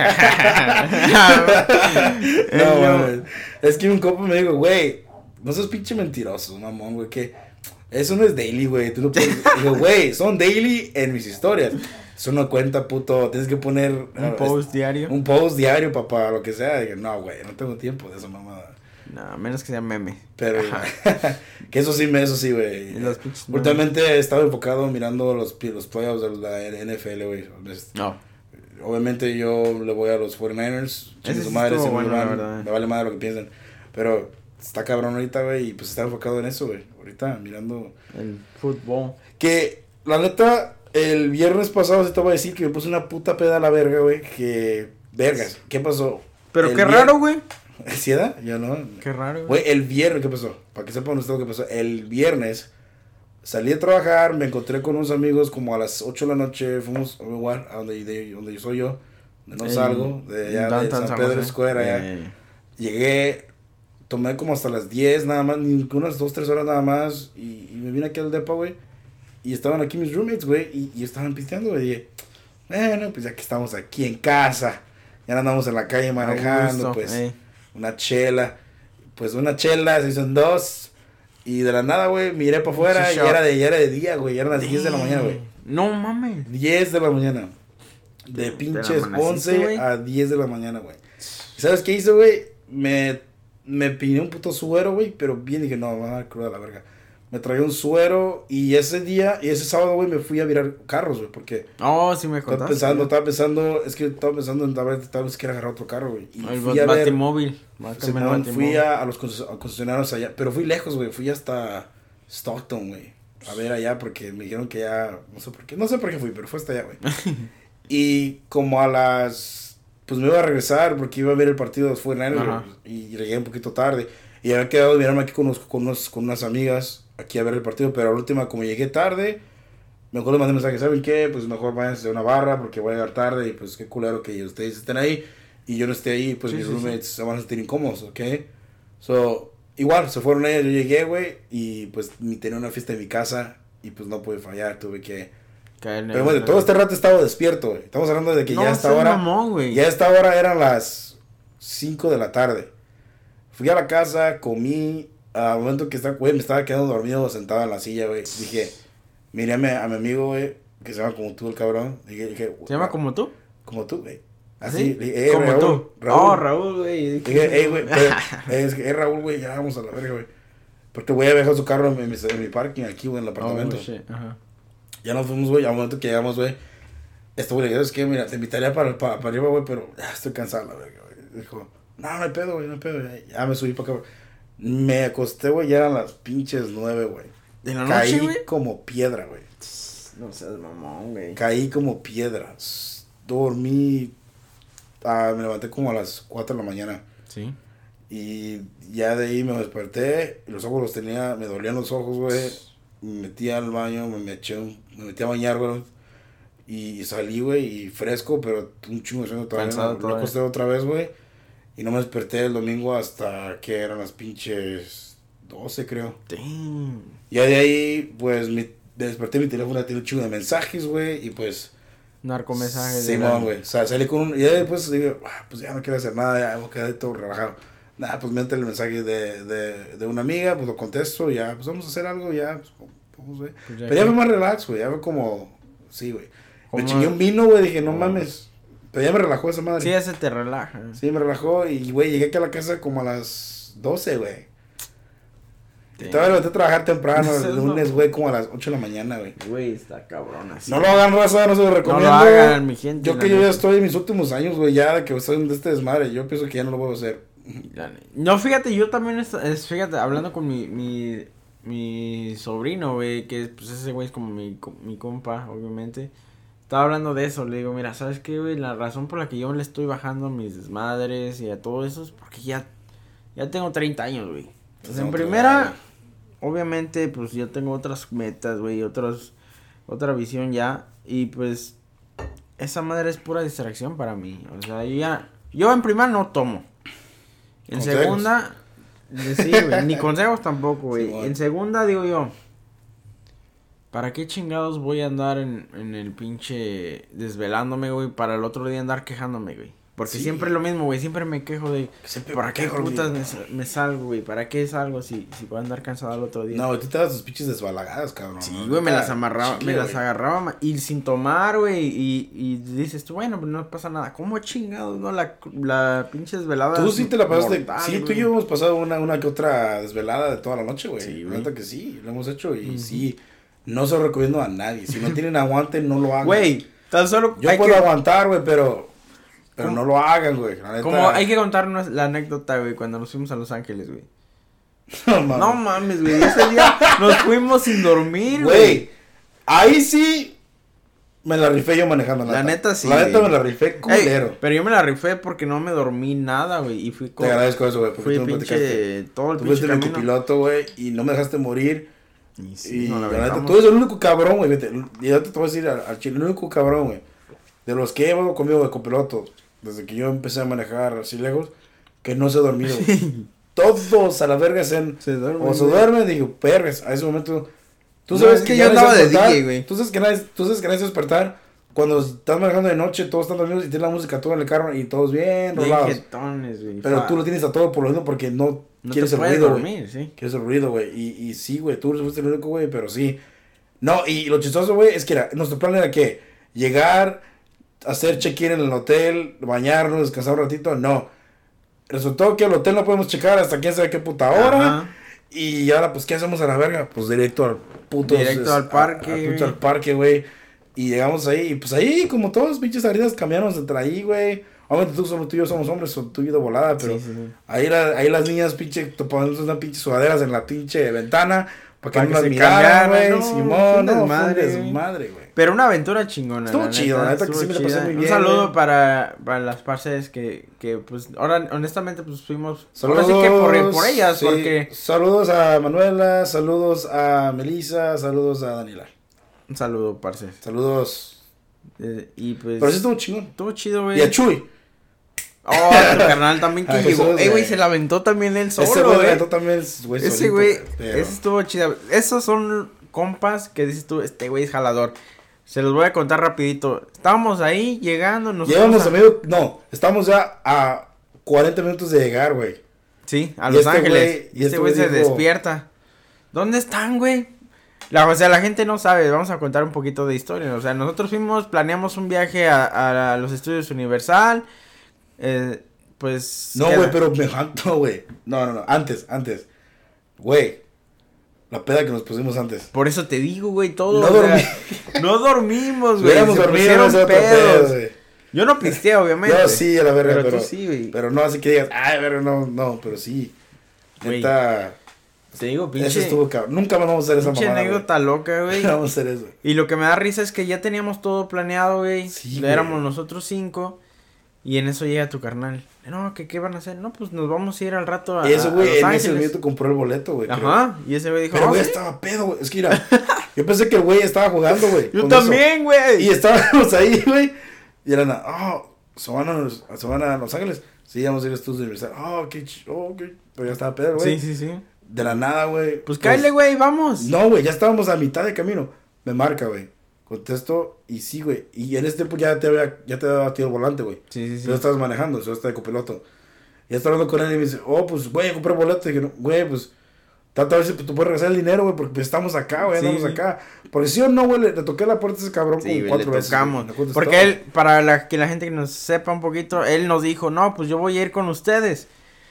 No, güey. Es que un copo me dijo, güey, no seas pinche mentiroso, mamón, güey, que eso no es daily, güey. Tú no puedes... Digo, güey, son daily en mis historias. Es una cuenta, puto, tienes que poner... Un uh, post es, diario. Un post diario, papá, lo que sea. Digo, no, güey, no tengo tiempo de eso, mamada. No, a menos que sea meme. Pero, que eso sí, eso sí, güey. Últimamente he estado enfocado mirando los, los playoffs de la N F L, güey. No. Obviamente yo le voy a los cuarenta y nueve ers. Su madre, se bueno, me, me vale madre lo que piensen. Pero está cabrón ahorita, güey, y pues está enfocado en eso, güey. Ahorita mirando... El fútbol. Que, la neta... El viernes pasado se te voy a decir que me puse una puta peda a la verga, güey. Que, vergas, ¿qué pasó? Pero el qué vier... raro, güey. ¿Sí da? Yo no. Qué raro, güey. El viernes, ¿qué pasó? Para que sepan ustedes qué pasó. El viernes salí a trabajar, me encontré con unos amigos como a las ocho de la noche. Fuimos a un lugar a donde, de, donde yo soy yo. Donde no el, salgo, de allá de San Pedro Square, allá. Eh. Llegué, tomé como hasta las diez nada más, ni unas dos, tres horas nada más. Y, y me vine aquí al depa, güey. Y estaban aquí mis roommates, güey, y, y estaban pisteando, güey. Y dije, bueno, pues ya que estamos aquí en casa, ya no andamos en la calle manejando, gusto, pues, eh. una chela. Pues una chela, se hizo dos. Y de la nada, güey, miré para afuera y era, de, ya era de día, güey. Ya eran las diez de la mañana, güey. No mames. diez de la mañana. De pinches once a diez de la mañana, güey. ¿Sabes qué hice, güey? Me, me pidió un puto suero, güey, pero bien dije, no, me va a dar cruda la verga. Me traía un suero y ese día, y ese sábado, güey, me fui a virar carros, güey, porque... Oh, sí me contaste. Estaba pensando, ¿no? estaba pensando, es que estaba pensando en tal vez, tal vez quiera agarrar otro carro, güey. Y el fui a ver... Batimóvil. Simón, fui a, a los concesionarios allá, pero fui lejos, güey, fui hasta Stockton, güey. A ver allá, porque me dijeron que ya, no sé por qué, no sé por qué fui, pero fue hasta allá, güey. Y como a las, pues me iba a regresar porque iba a ver el partido de los cuarenta y nueve, y llegué un poquito tarde. Y había quedado de mirarme aquí con, unos, con, unos, con unas amigas aquí a ver el partido, pero a la última, como llegué tarde, mejor les mandé mensaje, ¿saben qué? Pues mejor váyanse a una barra porque voy a llegar tarde y pues qué culero que ustedes estén ahí y yo no esté ahí, pues sí, mis sí, roommates sí. se van a sentir incómodos, ¿ok? So, igual, se fueron ellos, yo llegué, güey, y pues tenía una fiesta en mi casa y pues no pude fallar, tuve que... Caer, pero bueno, todo este rato estaba despierto, güey. Estamos hablando de que no, ya a esta hora... Mamón, ya a esta hora eran las cinco de la tarde. Fui a la casa, comí... Al momento que estaba, güey, me estaba quedando dormido sentado en la silla, güey. Dije, miré a mi, a mi amigo, güey, que se llama como tú, el cabrón. Dije, dije, ¿se llama como tú? Como tú, güey. Así. ¿Sí? Dije, como Raúl, tú. Raúl. Oh, Raúl, güey. Dije, hey, güey, es que, eh, Raúl, güey, ya vamos a la verga, güey. Porque voy a dejar su carro en mi, en mi parking aquí, güey, en el apartamento. Oh, shit. Ajá. Ya nos fuimos, güey, al momento que llegamos, güey. Este güey, es que, mira, te invitaría para, para, para arriba, güey, pero ya estoy cansado, la verga, güey. Dijo, no, no hay pedo, güey, no hay pedo. Ya, ya me subí para acá, güey. Me acosté, güey, ya eran las pinches nueve, güey. ¿De la Caí noche, güey? como piedra, güey. No seas mamón, güey. Caí como piedra. dormí, uh, me levanté como a las cuatro de la mañana. Sí. Y ya de ahí me desperté, los ojos los tenía, me dolían los ojos, güey. Me metí al baño, me, me eché, un, me metí a bañar, güey. Y salí, güey, y fresco, pero un chingo de sueño todavía. Me, me acosté otra vez, güey. Y no me desperté el domingo hasta que eran las pinches doce, creo. Damn. Ya de ahí, pues, me desperté, mi teléfono tiene un chingo de mensajes, güey, y pues... Narcomensajes. Sí, no, güey. O sea, salí con un... Y ya después digo, ah, pues ya no quiero hacer nada, ya me quedé todo relajado. Nada, pues me entra el mensaje de, de, de una amiga, pues lo contesto, ya, pues vamos a hacer algo, ya, pues vamos, güey. Pues ya Pero ya fue más relax, güey, ya fue como... Sí, güey. Me chingué un vino, güey, dije, no oh. mames. Pero ya me relajó esa madre. Sí, ese te relaja. Sí, me relajó y, güey, llegué aquí a la casa como a las doce, güey. Y todavía me metí a trabajar temprano, el lunes, güey, como a las ocho de la mañana, güey. Güey, está cabrón así. No lo hagan, raza, no se lo recomiendo. No lo hagan, mi gente. Yo que yo ya estoy en mis últimos años, güey, ya de que estoy de este desmadre. Yo pienso que ya no lo puedo hacer. No, fíjate, yo también, es, es, fíjate, hablando con mi, mi, mi sobrino, güey, que pues ese güey es como mi, mi compa, obviamente. Estaba hablando de eso, le digo, mira, ¿sabes qué, güey? La razón por la que yo le estoy bajando a mis desmadres y a todo eso es porque ya, ya tengo treinta años, güey. Entonces, en primera, obviamente, pues yo tengo otras metas, güey, otros, otra visión ya. Y pues, esa madre es pura distracción para mí. O sea, yo ya, yo en primera no tomo. En consejos. Segunda, sí, güey, ni consejos tampoco, güey. Sí, bueno. En segunda, digo yo, ¿para qué chingados voy a andar en, en el pinche desvelándome, güey? Para el otro día andar quejándome, güey. Porque sí. Siempre es lo mismo, güey. Siempre me quejo de... Siempre ¿para qué putas me, me salgo, güey? ¿Para qué salgo si, si puedo andar cansado al otro día? No, tú te das tus pinches desbalagadas, cabrón. Sí, güey, me las amarraba, chiquillo, me las agarraba y sin tomar, güey. Y, y dices tú, bueno, pues no pasa nada. ¿Cómo chingados, no? La, la pinche desvelada. Tú sí te la pasaste. Mortal, sí, tú y yo hemos pasado una, una que otra desvelada de toda la noche, güey. Sí, güey. Neta que sí, lo hemos hecho y uh-huh. sí... No se lo recomiendo a nadie. Si no tienen aguante, no lo hagan. Güey, tan solo... Yo puedo que... aguantar, güey, pero... Pero ¿cómo? No lo hagan, güey. Como hay que contarnos la anécdota, güey, cuando nos fuimos a Los Ángeles, güey. No mames. No mames, güey. Ese día nos fuimos sin dormir, güey. Güey, ahí sí me la rifé yo manejando. La, la neta sí. La neta me la rifé culero. Ey, pero yo me la rifé porque no me dormí nada, güey. Y fui con... Te agradezco eso, güey. Fui tú pinche... Todo el tú pinche camino. Tú fuiste el copiloto, güey, y no me dejaste morir. Y sí, y no la la neta, tú eres el único cabrón, güey. Y yo te voy a decir al, al chile, el único cabrón, güey. De los que he llevado conmigo de copiloto, desde que yo empecé a manejar así lejos, que no se ha dormido. Todos a la verga se, han, se duermen. O se duermen, digo, perres. A ese momento. Tú sabes no, que, que yo andaba de D J, güey. Tú sabes que nadie, tú sabes que nadie se despertar. Cuando estás manejando de noche, todos están dormidos y tienes la música todo en el carro y todos bien rolados. Jetones, pero fa. Tú lo tienes a todo por lo mismo porque no, no quieres el ruido, güey. Sí. Quieres el ruido, güey. Y, y sí, güey, tú fuiste el único, güey, pero sí. No, y lo chistoso, güey, es que era, nuestro plan era que llegar, hacer check-in en el hotel, bañarnos, descansar un ratito. No. Resultó que el hotel no podemos checar hasta quién sabe qué puta hora. Ajá. Y ahora, pues, ¿qué hacemos a la verga? Pues directo al puto. Directo es, al parque. A, a, puto al parque, güey. Y llegamos ahí, y pues ahí, como todos, pinches heridas, cambiamos entre ahí, güey. Obviamente tú, solo tú y yo somos hombres, son tu vida volada, pero sí, sí, sí. Ahí, la, ahí las niñas, pinche, poniendo unas pinches sudaderas en la pinche ventana, para que, para no que las miraran, güey. No, Simón, no, madre, madre, güey. Pero una aventura chingona. Estuvo chido, la neta que sí me la pasé muy bien. Un saludo para, para las parces que, que, pues, ahora, honestamente, pues, fuimos, saludos, ahora sí que por, por ellas, sí, porque. Saludos a Manuela, saludos a Melissa, saludos a Daniela. Un saludo, parce. Saludos. Eh, y pues. Pero sí estuvo chingón. Estuvo chido, güey. Y a Chuy. Oh, tu carnal también que llegó. Ey, güey, se la aventó también él solo, ese güey. Se aventó también el güey. Ese güey, pero... ese estuvo chido. Esos son compas que dices tú, este güey es jalador. Se los voy a contar rapidito. Estábamos ahí llegando. Nos Llegamos a medio. No, estamos ya a cuarenta minutos de llegar, güey. Sí, a Los este Ángeles. Güey, y este güey se dijo... despierta. ¿Dónde están, güey? La, o sea, la gente no sabe, vamos a contar un poquito de historia. O sea, nosotros fuimos, planeamos un viaje a, a los estudios Universal. Eh, pues. No, güey, pero me faltó, güey. No, no, no, antes, antes. Güey, la peda que nos pusimos antes. Por eso te digo, güey, todo. No dormí. No dormimos, güey. Hubiéramos dormido, no pedos. Pedo, Yo no pisteé, obviamente. Yo sí, a la verga, pero. Pero tú sí, güey. Pero no así que digas, ay, verga, no, no, pero sí. Neta. Te digo, pinche. Eso estuvo cabrón. Nunca más vamos a hacer esa mamada. Pinche anécdota loca, güey. Vamos a hacer eso. Y lo que me da risa es que ya teníamos todo planeado, güey. Sí, éramos nosotros cinco. Y en eso llega tu carnal. No, ¿qué, qué van a hacer? No, pues nos vamos a ir al rato a, eso, güey, a Los en Ángeles. ese momento compró el boleto, güey. Ajá. Creo. Y ese güey dijo, pero, güey, oh, ¿sí? Estaba pedo, güey. Es que mira, yo pensé que el güey estaba jugando, güey. Yo también, güey. Y estábamos ahí, güey. Y eran, oh, se van a Los, se van a Los Ángeles. Sí, vamos a ir a estudios de universidad. Oh, qué ch... oh, ok. Pero ya estaba pedo, güey. Sí, sí, sí. De la nada, güey. Pues, pues cállale, güey, vamos. No, güey, ya estábamos a mitad de camino. Me marca, güey. Contesto y sí, güey. Y en ese tiempo ya te había, ya te había batido el volante, güey. Sí, sí, sí. Yo estabas manejando, yo estaba de copiloto. Ya estaba hablando con él y me dice, oh, pues, güey, compré boleto. Y dije, güey, pues, trata de ver si tú puedes regresar el dinero, güey, porque estamos acá, güey, sí, andamos sí. acá. Porque si o no, güey, le, le toqué la puerta a ese cabrón sí, como cuatro le veces. Tocamos. Porque él, para la, que la gente que nos sepa un poquito, él nos dijo, no, pues yo voy a ir con ustedes.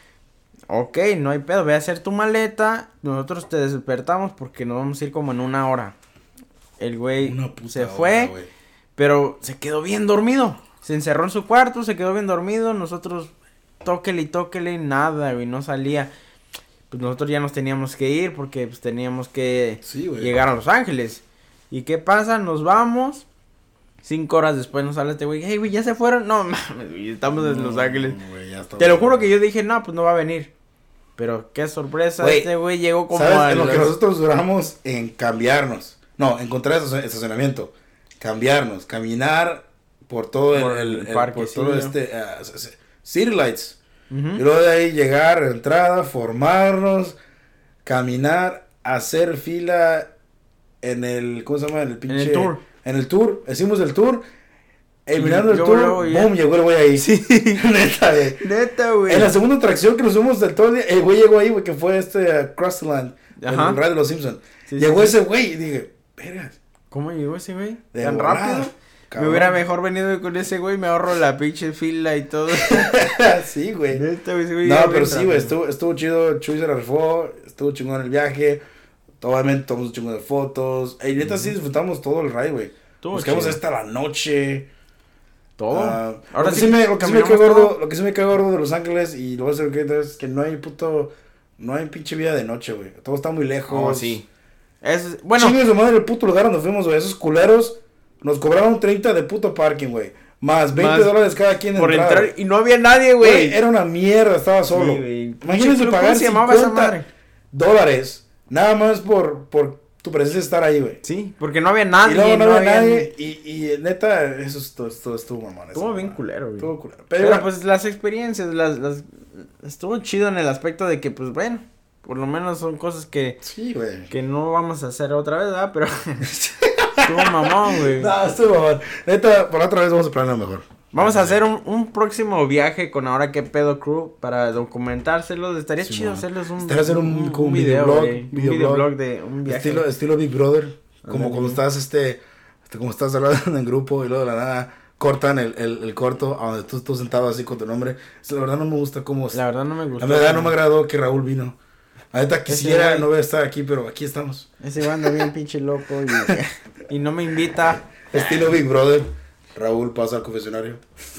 Ok, no hay pedo, ve a hacer tu maleta, nosotros te despertamos porque nos vamos a ir como en una hora. El güey se fue, hora, pero se quedó bien dormido. Se encerró en su cuarto, se quedó bien dormido. Nosotros, tóquele y tóquele, nada, güey, no salía. Pues nosotros ya nos teníamos que ir porque pues teníamos que sí, llegar a Los Ángeles. ¿Y qué pasa? Nos vamos. Cinco horas después nos sale este güey. Hey, güey, ¿ya se fueron? No, mames, güey, estamos en no, Los Ángeles. Wey, te lo juro que yo dije, no, pues no va a venir. Pero qué sorpresa, wey, este güey llegó como ¿sabes? A en lo que nosotros duramos en cambiarnos. No, encontrar estacionamiento. Cambiarnos, caminar por todo por el, el, el parque, por sí, todo este uh, City Lights. Uh-huh. Y luego de ahí llegar, entrada, formarnos, caminar, hacer fila en el, ¿cómo se llama? En el pinche... En el tour. En el tour, hicimos el tour. Eh, mirando el tour, boom, llegó el güey ahí. Sí. Neta, güey. Neta, güey. En la segunda atracción que nos fuimos del todo el día, el güey llegó ahí, güey, que fue este uh, Crossland, el rey de los Simpsons. Sí, llegó sí, ese güey y dije, vergas. ¿Cómo llegó ese güey? ¿Tan rápido? Cabrón. Me hubiera mejor venido con ese güey, me ahorro la pinche fila y todo. Sí, güey. Neta, güey. No, pero sí, güey, estuvo, estuvo chido, Chuy se la rifó, estuvo chingón el viaje. Obviamente tomamos un chingo de fotos. Y neta, uh-huh. sí disfrutamos todo el ride, güey. Nos quedamos hasta la noche. Todo. Uh, Ahora lo sí, sí me, lo que sí me cae gordo, lo que sí me cae gordo de Los Ángeles y lo voy a hacer que es que no hay puto, no hay pinche vida de noche, güey. Todo está muy lejos. Oh, sí. Es, bueno. Chingue su madre el puto lugar donde fuimos, güey. Esos culeros nos cobraron treinta de puto parking, güey. Más veinte dólares cada quien por entrar. entrar. Y no había nadie, güey. Era una mierda, estaba solo. Sí, imagínense pagar cincuenta dólares nada más por, por tu presencia estar ahí, güey. Sí, porque no había nadie. Y luego no, no había nadie. Y, y neta, eso estuvo, estuvo, estuvo mamón. Estuvo bien culero, güey. Estuvo culero. Pero, Pero pues las experiencias, las, las, estuvo chido en el aspecto de que, pues bueno, por lo menos son cosas que, sí, güey, que no vamos a hacer otra vez, ¿verdad? Pero estuvo mamón, güey. No, estuvo mamón. Neta, por otra vez vamos a planear mejor. Vamos a hacer un, un próximo viaje con Ahora Que Pedo Crew para documentárselos. Estaría sí, chido man. hacerles un, Estaría hacer un, un, un videoblog, video, video videoblog de un viaje. Estilo, estilo Big Brother. Como cuando estás, este, este, como estás hablando en grupo y luego de la nada cortan el, el, el corto a donde tú estás sentado así con tu nombre. La verdad no me gusta cómo... La verdad no me gusta. La verdad no me agradó que Raúl vino. Ahorita quisiera no voy a estar aquí, pero aquí estamos. Ese anda bien pinche loco y, y no me invita. Estilo Big Brother. Raúl pasa al confesionario.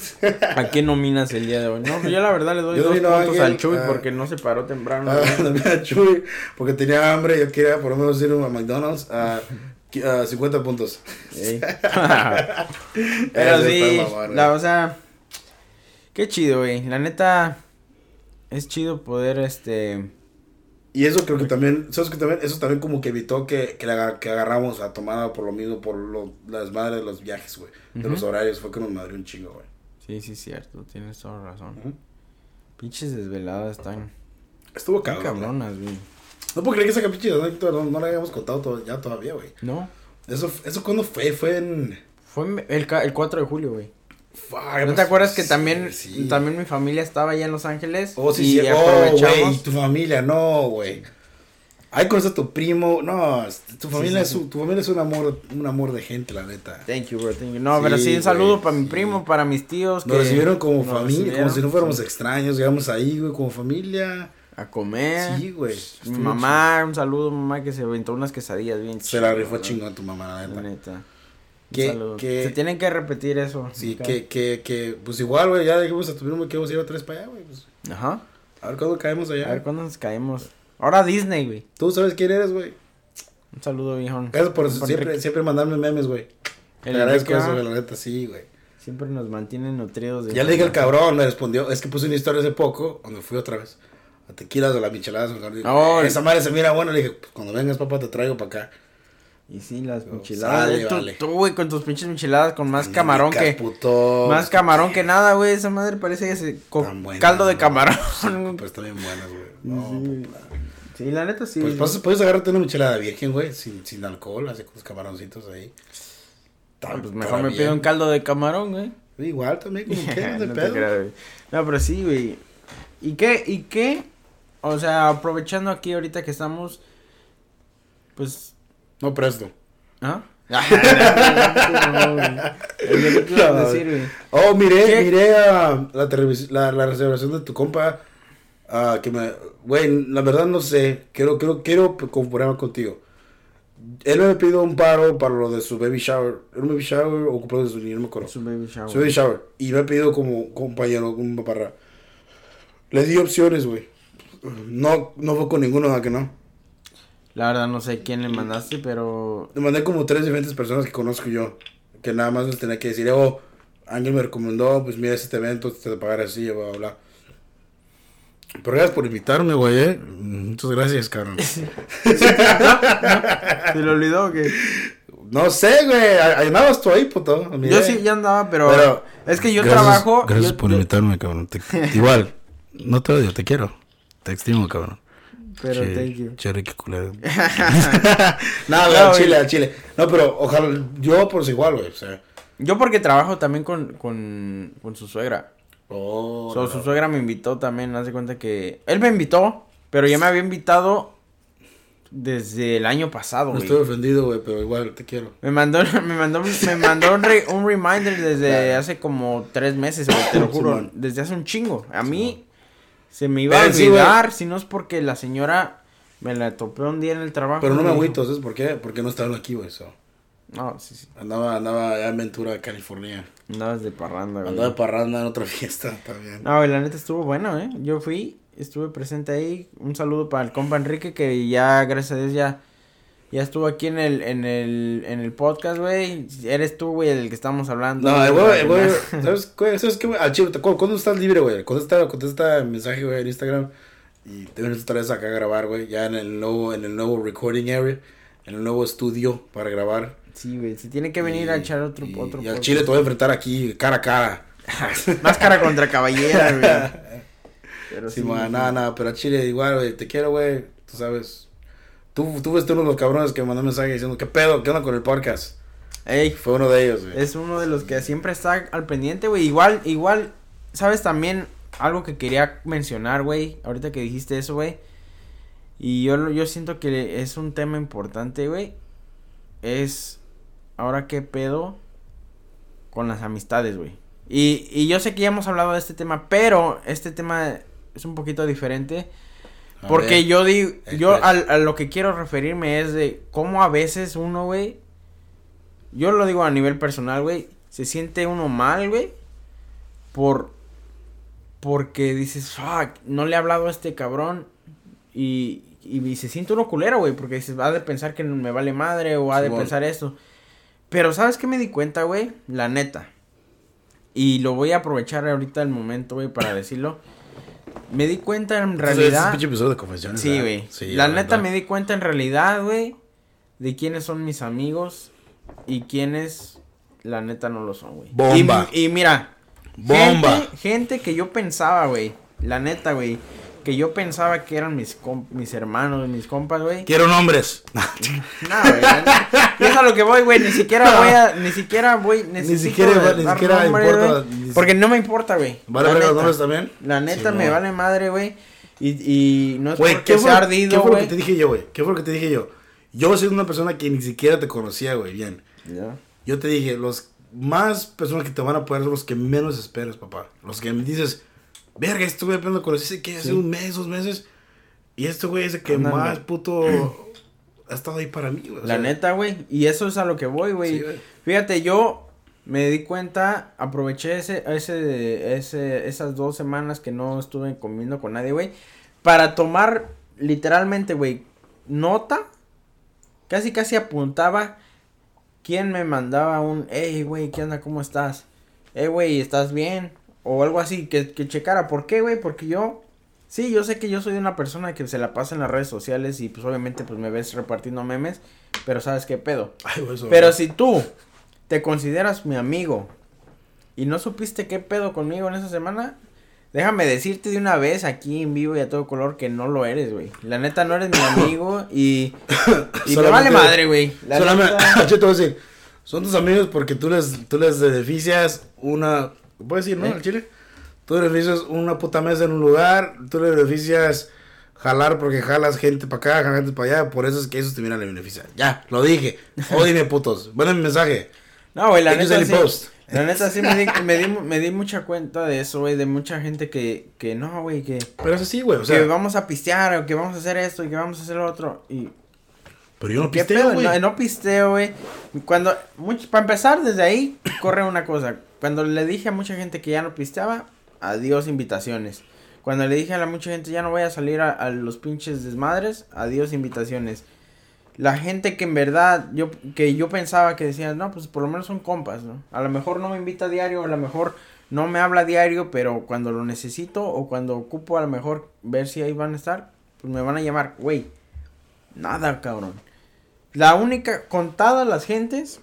¿A qué nominas el día de hoy? No, yo la verdad le doy yo dos puntos Ángel, al Chuy uh, porque no se paró temprano. Uh, a Chuy porque tenía hambre. Yo quería por lo menos ir a McDonald's a uh, uh, cincuenta puntos. Sí. Pero sí, mamar, la, o sea, qué chido, güey. La neta, es chido poder, este... Y eso creo que también, ¿sabes que también? Eso también como que evitó que, que, la, que agarramos a tomada por lo mismo, por lo, las madres de los viajes, güey. Uh-huh. De los horarios, fue que nos madrió un chingo, güey. Sí, sí, cierto, tienes toda razón. Uh-huh. Pinches desveladas están... Estuvo cabrón. cabronas, güey. No puedo creer que esa pinche no, no, no la habíamos contado todo, ya todavía, güey. No. Eso, ¿Eso cuándo fue? Fue en... Fue en el, el cuatro de julio, güey. Fuck, ¿No te acuerdas que también sí. también mi familia estaba allá en Los Ángeles? Oh, sí, y sí. aprovechamos. Oh, güey, tu familia, no, güey. Ahí conoces a tu primo, no, tu familia, sí, sí, es, sí. Tu familia es un amor, un amor de gente, la neta. Thank you, bro, thank you. No, sí, pero sí, un saludo para sí. mi primo, para mis tíos. Nos que recibieron como familia, recibieron, como si no fuéramos sí. extraños, llegamos ahí, güey, como familia. A comer. Sí, güey. Mi mamá, chido. Un saludo, mamá, que se aventó unas quesadillas bien Se chido, la rifó chingón tu mamá, la neta. La neta. Que, que, se tienen que repetir eso. Sí, que, que, que, pues igual, güey, ya dijimos a tu primo que íbamos a ir a tres para allá, güey, pues. Ajá. A ver cuándo caemos allá. A ver cuándo nos caemos. Ahora Disney, güey. ¿Tú sabes quién eres, güey? Un saludo, viejón. Gracias por siempre, siempre mandarme memes, güey. Te agradezco eso, la neta, sí, güey. Siempre nos mantienen nutridos. De ya le dije al cabrón, me respondió. Es que puse una historia hace poco, cuando fui otra vez. A tequilas o las micheladas. Oh, esa madre se mira bueno. Le dije, pues cuando vengas, papá, te traigo para acá. Y sí, las micheladas. Sale, tú, vale. tú, güey, con tus pinches micheladas con más camarón que. Puto. Más camarón que nada, güey. Esa madre parece que se. Con buenas, caldo de camarón. Sí, pues están bien buenas, güey. No, sí. sí, la neta sí. Pues puedes, puedes agarrarte una michelada virgen, güey. Sin, sin alcohol, así con los camaroncitos ahí. Ah, pues mejor me bien. pido un caldo de camarón, güey. Igual también, como que no, de no pedo. Creo, no, pero sí, güey. ¿Y qué? ¿Y qué? O sea, aprovechando aquí ahorita que estamos. Pues. No presto. ¿Ah? no, no, decir, güey. Oh, miré, ¿Qué? miré uh, la, la, la reservación de tu compa. Uh, que me. Güey, la verdad no sé. Quiero, quiero, quiero conformarme contigo. Él me pidió un paro para lo de su baby shower. ¿Era un baby shower o cumpleaños de su niño? No me acuerdo. Su baby shower. Su baby shower. Y me ha pedido como compañero, un paparra. Le di opciones, güey. No, no fue con ninguno, ¿a que no? La verdad no sé quién le mandaste, pero... Le mandé como tres diferentes personas que conozco yo. Que nada más les tenía que decir, oh, Ángel me recomendó, pues mira este evento, te te pagaré así, bla, bla, bla. Pero gracias por invitarme, güey, eh. Muchas gracias, cabrón. ¿Se le olvidó o qué? No sé, güey. Andabas tú ahí, puto. Yo sí, ya andaba, pero... pero es que yo gracias, trabajo... Gracias yo, por yo... invitarme, cabrón. Te, igual, no te odio, te quiero. Te estimo, cabrón. Pero che, thank you. Cherry, qué culero. Nada, no, al chile, al chile. No, pero ojalá, yo por igual, güey, o sea. Yo porque trabajo también con, con, con su suegra. Oh. So, no. Su suegra me invitó también, haz de cuenta que... Él me invitó, pero ya me había invitado desde el año pasado, güey. No estoy ofendido, güey, pero igual te quiero. Me mandó, me mandó, me mandó un, re, un reminder desde claro. hace como tres meses, güey, te lo juro. Sí, desde hace un chingo. A mí... Sí, se me iba pero a olvidar, sí, si no es porque la señora me la topé un día en el trabajo. Pero no me agüito, ¿sabes por qué? Porque no estaba aquí, güey, eso. No, sí, sí. Andaba, andaba allá en Ventura, California. Andabas de parranda, güey. Andaba de parranda en otra fiesta también. No, güey, la neta estuvo bueno, ¿eh? Yo fui, estuve presente ahí. Un saludo para el compa Enrique, que ya, gracias a Dios, ya... Ya estuvo aquí en el, en el, en el podcast, güey. Eres tú, güey, del que estamos hablando. No, güey, güey, ¿sabes, güey? ¿Sabes qué, güey? Al chivo, ¿cuándo estás libre, güey? Contesta, contesta el mensaje, güey, en Instagram. Y te vienes otra vez acá a grabar, güey. Ya en el nuevo, en el nuevo recording area. En el nuevo estudio para grabar. Sí, güey, se tiene que venir y, a echar otro, y, otro Y al chile te voy a enfrentar aquí, cara a cara. Máscara contra caballera, güey. Pero sí, sí man, nada, nada, pero al chile igual, güey, te quiero, güey, tú sabes... Tú, tú fuiste uno de los cabrones que me mandó un mensaje diciendo, ¿qué pedo? ¿Qué onda con el podcast? Ey, fue uno de ellos, güey. Es uno de los que siempre está al pendiente, güey. Igual, igual, ¿sabes también algo que quería mencionar, güey? Ahorita que dijiste eso, güey. Y yo, yo siento que es un tema importante, güey. Es, ahora qué pedo con las amistades, güey. Y, y yo sé que ya hemos hablado de este tema, pero este tema es un poquito diferente. Porque ver, yo digo, yo a, a lo que quiero referirme es de cómo a veces uno, güey, yo lo digo a nivel personal, güey, se siente uno mal, güey, por, porque dices, fuck, no le he hablado a este cabrón, y, y, y se siente uno culero, güey, porque dices, ha de pensar que me vale madre, o ha de sí, pensar bueno. esto, pero ¿sabes qué me di cuenta, güey? La neta, y lo voy a aprovechar ahorita el momento, güey, para decirlo. Me di cuenta en realidad... Es un episodio de confesiones. Sí, güey. Sí, la, la neta me di cuenta en realidad, güey, de quiénes son mis amigos y quiénes, la neta, no lo son, güey. Bomba. Y, y mira. Bomba. Gente, gente que yo pensaba, güey, la neta, güey, que yo pensaba que eran mis comp mis hermanos, mis compas, güey. Quiero nombres. No, güey. Y es a lo que voy, güey. Ni siquiera voy a, ni siquiera voy, necesito ni siquiera, ni siquiera nombre, importa. Ni porque no me importa, güey. ¿Vale ver los nombres también? La neta sí, me no. vale madre, güey. Y, y no es wey, porque sea ardido, ¿qué fue güey. lo que te dije yo, güey? ¿Qué fue lo que te dije yo? Yo soy una persona que ni siquiera te conocía, güey, bien. Yeah. Yo te dije, los más personas que te van a apoyar son los que menos esperas, papá. Los que me dices, verga, este güey apenas lo conocí que hace sí. un mes, dos meses. Y este güey es el que Andale. más puto ha estado ahí para mí, güey. La sea, neta, güey. Y eso es a lo que voy, güey. Sí, fíjate, yo me di cuenta, aproveché ese, ese, ese, esas dos semanas que no estuve comiendo con nadie, güey. Para tomar, literalmente, güey, nota, casi casi apuntaba quién me mandaba un, hey, güey, ¿qué onda? ¿Cómo estás? Hey, güey, ¿estás bien? O algo así, que, que checara. ¿Por qué, güey? Porque yo, sí, yo sé que yo soy una persona que se la pasa en las redes sociales y pues obviamente pues me ves repartiendo memes, pero ¿sabes qué pedo? Ay, güey, eso, pero güey. si tú te consideras mi amigo y no supiste qué pedo conmigo en esa semana, déjame decirte de una vez aquí en vivo y a todo color que no lo eres, güey. La neta no eres mi amigo y, y me vale madre, güey. La solamente, neta... yo te voy a decir, son tus amigos porque tú les, tú les beneficias una, ¿puedes decir, no? ¿Eh? Al chile. Tú le beneficias una puta mesa en un lugar, tú le beneficias jalar porque jalas gente para acá, jalas gente para allá, por eso es que eso te viene a beneficiar. Ya, lo dije. Ódime, putos. Bueno, mi mensaje. No, güey, la Thank you, neta Sandy sí. Post. La neta sí me di, me di, me di mucha cuenta de eso, güey, de mucha gente que, que no, güey, que... Pero es así, güey, o sea... Que vamos a pistear, o que vamos a hacer esto, y que vamos a hacer lo otro, y... Pero yo no ¿Qué pisteo, pedo? güey. No, no pisteo, güey. Cuando, mucho, para empezar, desde ahí, corre una cosa. Cuando le dije a mucha gente que ya no pisteaba, adiós invitaciones. Cuando le dije a la mucha gente ya no voy a salir a, a los pinches desmadres, adiós invitaciones. La gente que en verdad, yo, que yo pensaba que decía, no, pues por lo menos son compas, ¿no? A lo mejor no me invita a diario, a lo mejor no me habla a diario, pero cuando lo necesito o cuando ocupo a lo mejor ver si ahí van a estar, pues me van a llamar, güey. Nada, cabrón. La única, contada las gentes,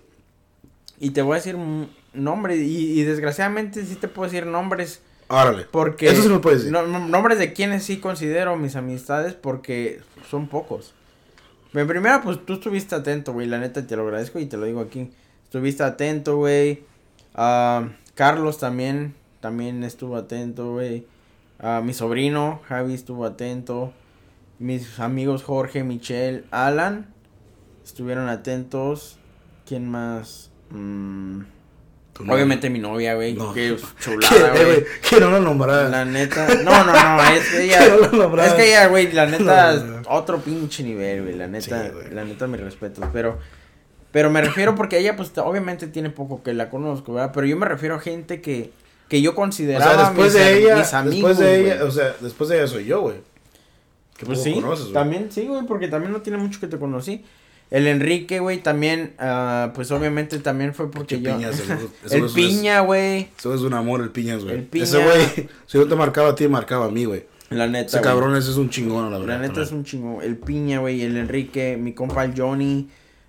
y te voy a decir nombres, y, y desgraciadamente sí te puedo decir nombres. Árale. Porque. Eso sí me puedes decir. No, nombres de quienes sí considero mis amistades, porque son pocos. En primera, pues tú estuviste atento, güey, la neta te lo agradezco y te lo digo aquí. Estuviste atento, güey. Uh, Carlos también, también estuvo atento, güey. Uh, mi sobrino, Javi, estuvo atento. Mis amigos Jorge, Michelle, Alan, estuvieron atentos. ¿Quién más? Mm, obviamente mi novia, güey. No. Qué chulada, güey. Que no lo nombrara. La neta. No, no, no. Es que ella. No es que ella, güey. La neta. No, no. Otro pinche nivel, güey. La neta. Sí, la neta, mis respetos. Pero. Pero me refiero porque ella, pues, obviamente tiene poco que la conozco, ¿verdad? Pero yo me refiero a gente que. Que yo consideraba. O sea, después mis, de ella. mis amigos, después de ella. Wey. O sea, después de ella soy yo, güey. Pues sí. Conoces, güey. También, sí, güey. Porque también no tiene mucho que te conocí. El Enrique, güey, también, uh, pues obviamente también fue porque yo... Piñas, eso, eso, el eso Piña, güey. Eso es un amor, el Piñas, güey. El Piña. Ese güey, si no te marcaba a ti, marcaba a mí, güey. La neta, Ese güey. cabrón, ese es un chingón, la verdad. La neta también. Es un chingón. El Piña, güey, el Enrique, mi compa el Johnny.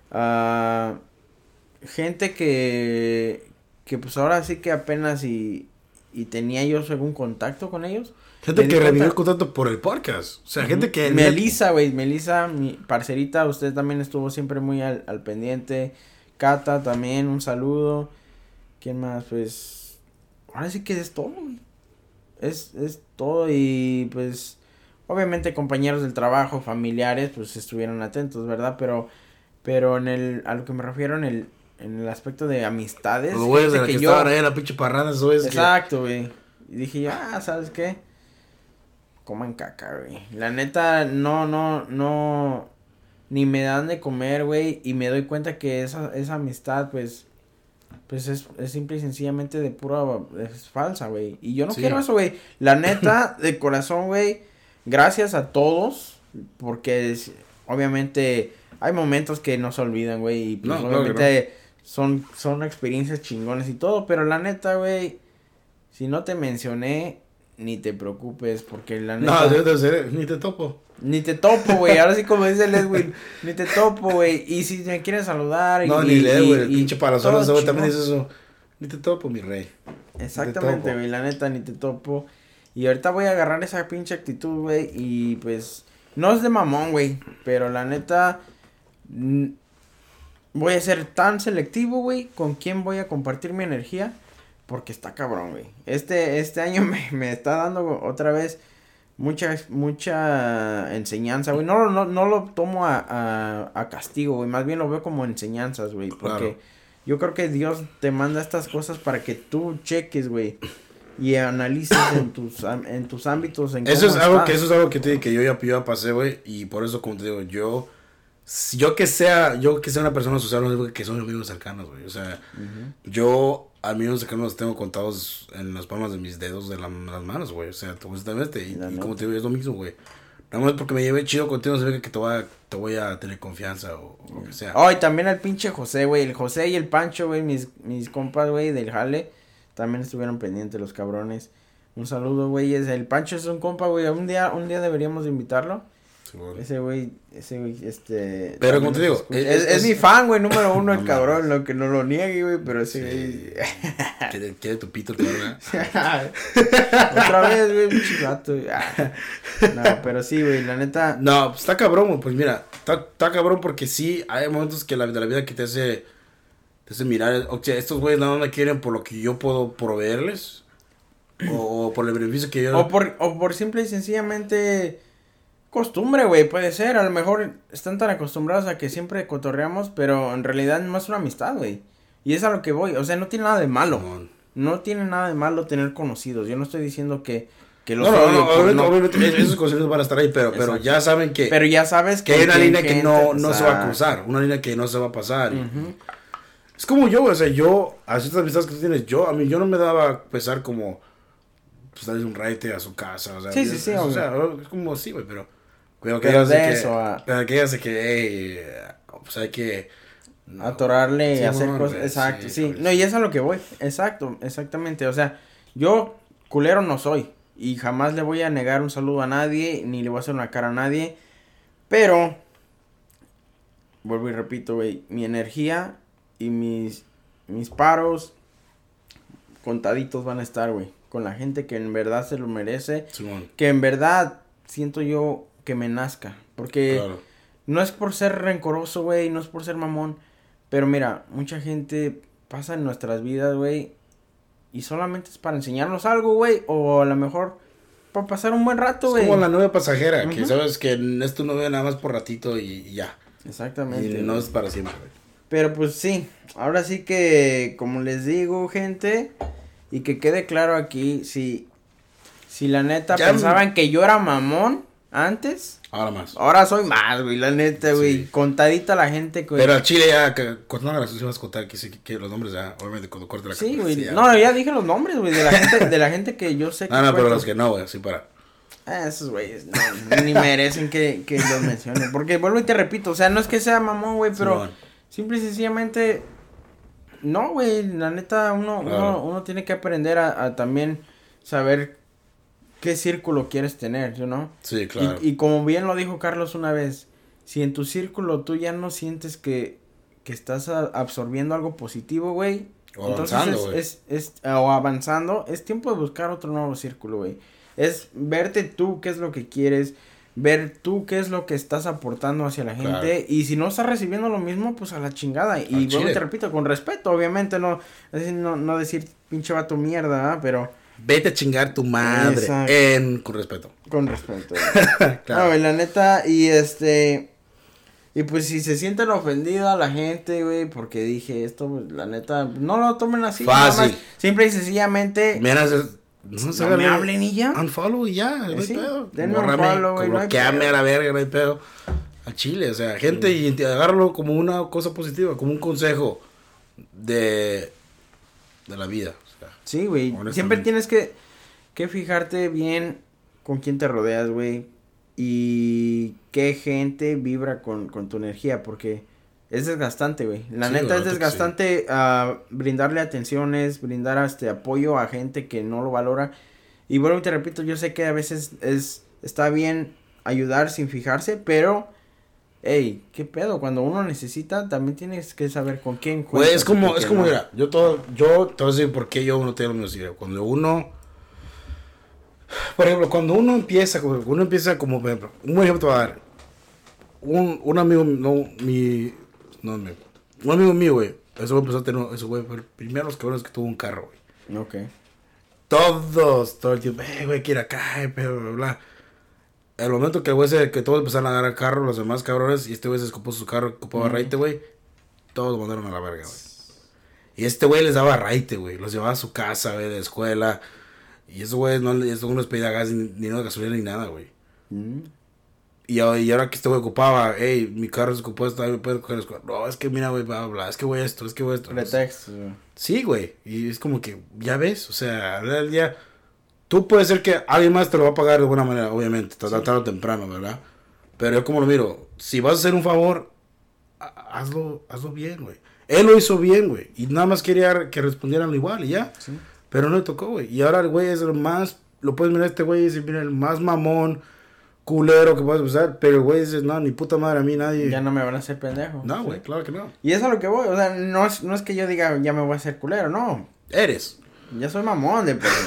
Uh, gente que... Que pues ahora sí que apenas y... Y tenía yo algún contacto con ellos. Gente que revivió el contacto por el podcast. O sea, uh-huh. gente que... Melissa, güey. Melissa, mi parcerita. Usted también estuvo siempre muy al, al pendiente. Cata también, un saludo. ¿Quién más? Pues... Ahora sí que es todo, güey. Es, es todo y pues... Obviamente compañeros del trabajo, familiares, pues estuvieron atentos, ¿verdad? Pero... Pero en el... A lo que me refiero en el... En el aspecto de amistades. Los güeyes de la que, que yo... estaban ahí en la pinche parranda, esos güeyes. Exacto, güey. Que... Y dije yo, ah, ¿sabes qué? Coman caca, güey. La neta, no, no, no, ni me dan de comer, güey, y me doy cuenta que esa, esa amistad, pues, pues es, es simple y sencillamente de pura, es falsa, güey. Y yo no sí. quiero eso, güey. La neta, de corazón, güey, gracias a todos, porque es, obviamente hay momentos que no se olvidan, güey, y pues no, obviamente no. son, son experiencias chingones y todo, pero la neta, güey, si no te mencioné... Ni te preocupes, porque la neta... No, yo te sé, ni te topo. Ni te topo, güey. Ahora sí, como dice el Edwin, ni te topo, güey. Y si me quieres saludar... No, y, ni le, güey. El y, pinche palazón, ese güey también dice eso. Ni te topo, mi rey. Exactamente, güey. La neta, ni te topo. Y ahorita voy a agarrar esa pinche actitud, güey. Y pues... No es de mamón, güey. Pero la neta... Voy a ser tan selectivo, güey. Con quién voy a compartir mi energía... Porque está cabrón, güey. Este, este año me, me está dando otra vez mucha, mucha enseñanza, güey. No, no, no lo tomo a, a, a castigo, güey. Más bien lo veo como enseñanzas, güey. Porque claro. Yo creo que Dios te manda estas cosas para que tú cheques, güey. Y analices en tus, en tus ámbitos. En eso cómo es algo estás. que, eso es algo que, te, que yo ya, yo ya pasé, güey. Y por eso, como te digo, yo... Yo que sea, yo que sea una persona social, no digo que son amigos cercanos, güey. O sea, uh-huh. yo... amigos cercanos los tengo contados en las palmas de mis dedos de la, las manos, güey. O sea, constantemente. Y, y como te digo, es lo mismo, güey. Nada más porque me llevé chido contigo, se ve que te voy a, te voy a tener confianza o, o lo que sea. Oh, y también al pinche José, güey. El José y el Pancho, güey, mis, mis compas, güey, del jale. También estuvieron pendientes los cabrones. Un saludo, güey. El Pancho es un compa, güey. Un día, un día deberíamos de invitarlo. Sí, bueno. Ese güey, ese güey, este... Pero como te digo... Es, es, es, es mi fan, güey, número uno, no, el cabrón. Lo que no lo niegue, güey, pero ese güey... Sí. ¿Quiere, quiere tu pito, cabrón? Otra vez, güey, un chivato. No, pero sí, güey, la neta... No, pues está cabrón, güey. Pues mira, está, está cabrón porque sí, hay momentos que la, de la vida que te hace... Te hace mirar... O sea, estos güeyes nada más me quieren por lo que yo puedo proveerles. O, o por el beneficio que yo... O por, o por simple y sencillamente... Costumbre, güey, puede ser, a lo mejor están tan acostumbrados a que siempre cotorreamos, pero en realidad no es una amistad, güey, y es a lo que voy, o sea, no tiene nada de malo, no, no tiene nada de malo tener conocidos, yo no estoy diciendo que, que los no, no, no, obviamente, no, obviamente esos conocidos van a estar ahí, pero, pero ya saben que, pero ya sabes que, que hay una línea gente, que no, no se va a cruzar, una línea que no se va a pasar, uh-huh. Es como yo, o sea, yo, a ciertas amistades que tú tienes, yo, a mí, yo no me daba pesar como, pues, darle un raite a su casa, o sea, sí, sí, sí, o sea, es como, sí, güey, pero... Pero, pero de eso que, a... Pero que hace que, hey, pues hay que... No, atorarle, sí, hacer cosas, pues, exacto, sí, sí. No, y es a lo que voy, exacto, exactamente, o sea, yo culero no soy, y jamás le voy a negar un saludo a nadie, ni le voy a hacer una cara a nadie, pero, vuelvo y repito, güey, mi energía y mis, mis paros contaditos van a estar, güey, con la gente que en verdad se lo merece, sí, bueno. Que en verdad siento yo... que me nazca, porque claro. No es por ser rencoroso, güey, no es por ser mamón, pero mira, mucha gente pasa en nuestras vidas, güey, y solamente es para enseñarnos algo, güey, o a lo mejor para pasar un buen rato, güey. Es como la nueva pasajera, uh-huh. Que sabes que es tu novia nada más por ratito y, y ya. Exactamente. Y no es para siempre, güey. Pero pues sí, ahora sí que, como les digo, gente, y que quede claro aquí, si, si la neta ya pensaban me... que yo era mamón, antes. Ahora más. Ahora soy más, güey, la neta, güey. Sí. Contadita la gente, güey. Pero al chile ya, cuando no las vas a contar que, que, que los nombres ya, obviamente cuando corte la sí, güey. No, ya dije los nombres, güey, de la gente, de la gente que yo sé que. No, no, pero los que no, güey, así para. Ah, esos güeyes, no, ni merecen que, que los mencione. Porque vuelvo y te repito, o sea, no es que sea mamón, güey, pero sí, bueno. Simple y sencillamente. No, güey, la neta, uno, claro. uno, uno tiene que aprender a, a también saber qué círculo quieres tener, ¿no? ¿no? Sí, claro. Y, y como bien lo dijo Carlos una vez, si en tu círculo tú ya no sientes que, que estás a, absorbiendo algo positivo, güey. O avanzando, güey. Es, es, es, o avanzando, es tiempo de buscar otro nuevo círculo, güey. Es verte tú qué es lo que quieres, ver tú qué es lo que estás aportando hacia la gente. Claro. Y si no estás recibiendo lo mismo, pues a la chingada. Al y bueno, te repito, con respeto, obviamente, no, no, no decir pinche vato mierda, ¿eh? Pero... Vete a chingar tu madre. En, con respeto. Con respeto. Claro. No, la neta, y este... Y pues si se sienten ofendida la gente, güey, porque dije esto, pues, la neta, no lo tomen así. Fácil. Más, simple y sencillamente... Mira, no, no, no me hablen y ya. Unfollow y ya, no hay sí, pedo. Denme un follow, güey, no hay pedo. a la verga, no hay pedo. A Chile, o sea, gente, sí. Y agárralo como una cosa positiva, como un consejo de... de la vida. Sí, güey, siempre tienes que, que fijarte bien con quién te rodeas, güey, y qué gente vibra con, con tu energía, porque es desgastante, güey, la sí, neta es desgastante sí. uh, brindarle atenciones, brindar este apoyo a gente que no lo valora, y bueno, te repito, yo sé que a veces es, está bien ayudar sin fijarse, pero... Ey, ¿qué pedo? Cuando uno necesita, también tienes que saber con quién cuentas. Güey, es como, es como, no. Mira, yo todo, yo te voy a decir por qué yo no tengo lo mismo. Cuando uno, por ejemplo, cuando uno empieza, uno empieza como, por ejemplo, un ejemplo te voy a dar. Un, un amigo, no, mi, no, mi, un amigo mío, güey, eso empezó a tener, eso, güey, fue el primero los cabrones que tuvo un carro, güey. Ok. Todos, todo el tiempo, eh, güey, quiero acá, bla, bla, bla. El momento que el güey se, que todos empezaron a agarrar carro, los demás cabrones, y este güey se escupó su carro, ocupaba mm. raite, güey, todos mandaron a la verga, güey. Y este güey les daba raite, güey, los llevaba a su casa, güey, de escuela, y esos güeyes no, no les pedía gas, ni, ni no de gasolina, ni nada, güey. Mm. Y, y ahora que este güey ocupaba, hey, mi carro se ocupó, esta me puede coger la escuela. No, es que mira, güey, bla, bla, es que voy esto, es que voy esto. Pretexto. Sí, güey, y es como que, ya ves, o sea, al día... tú puedes ser que alguien más te lo va a pagar de buena manera, obviamente, tarde sí. o temprano, ¿verdad? Pero yo como lo miro, si vas a hacer un favor, hazlo, hazlo bien, güey. Él lo hizo bien, güey, y nada más quería que respondieran igual y ya. Sí. Pero no le tocó, güey. Y ahora el güey es el más, lo puedes mirar este güey y decir, mira, el más mamón, culero que puedes usar, pero el güey dice, no, ni puta madre, a mí nadie. Ya no me van a hacer pendejo. No, güey, sí. claro que no. Y eso es a lo que voy, o sea, no es, no es que yo diga, ya me voy a hacer culero, no. Eres. Ya soy mamón de pedo.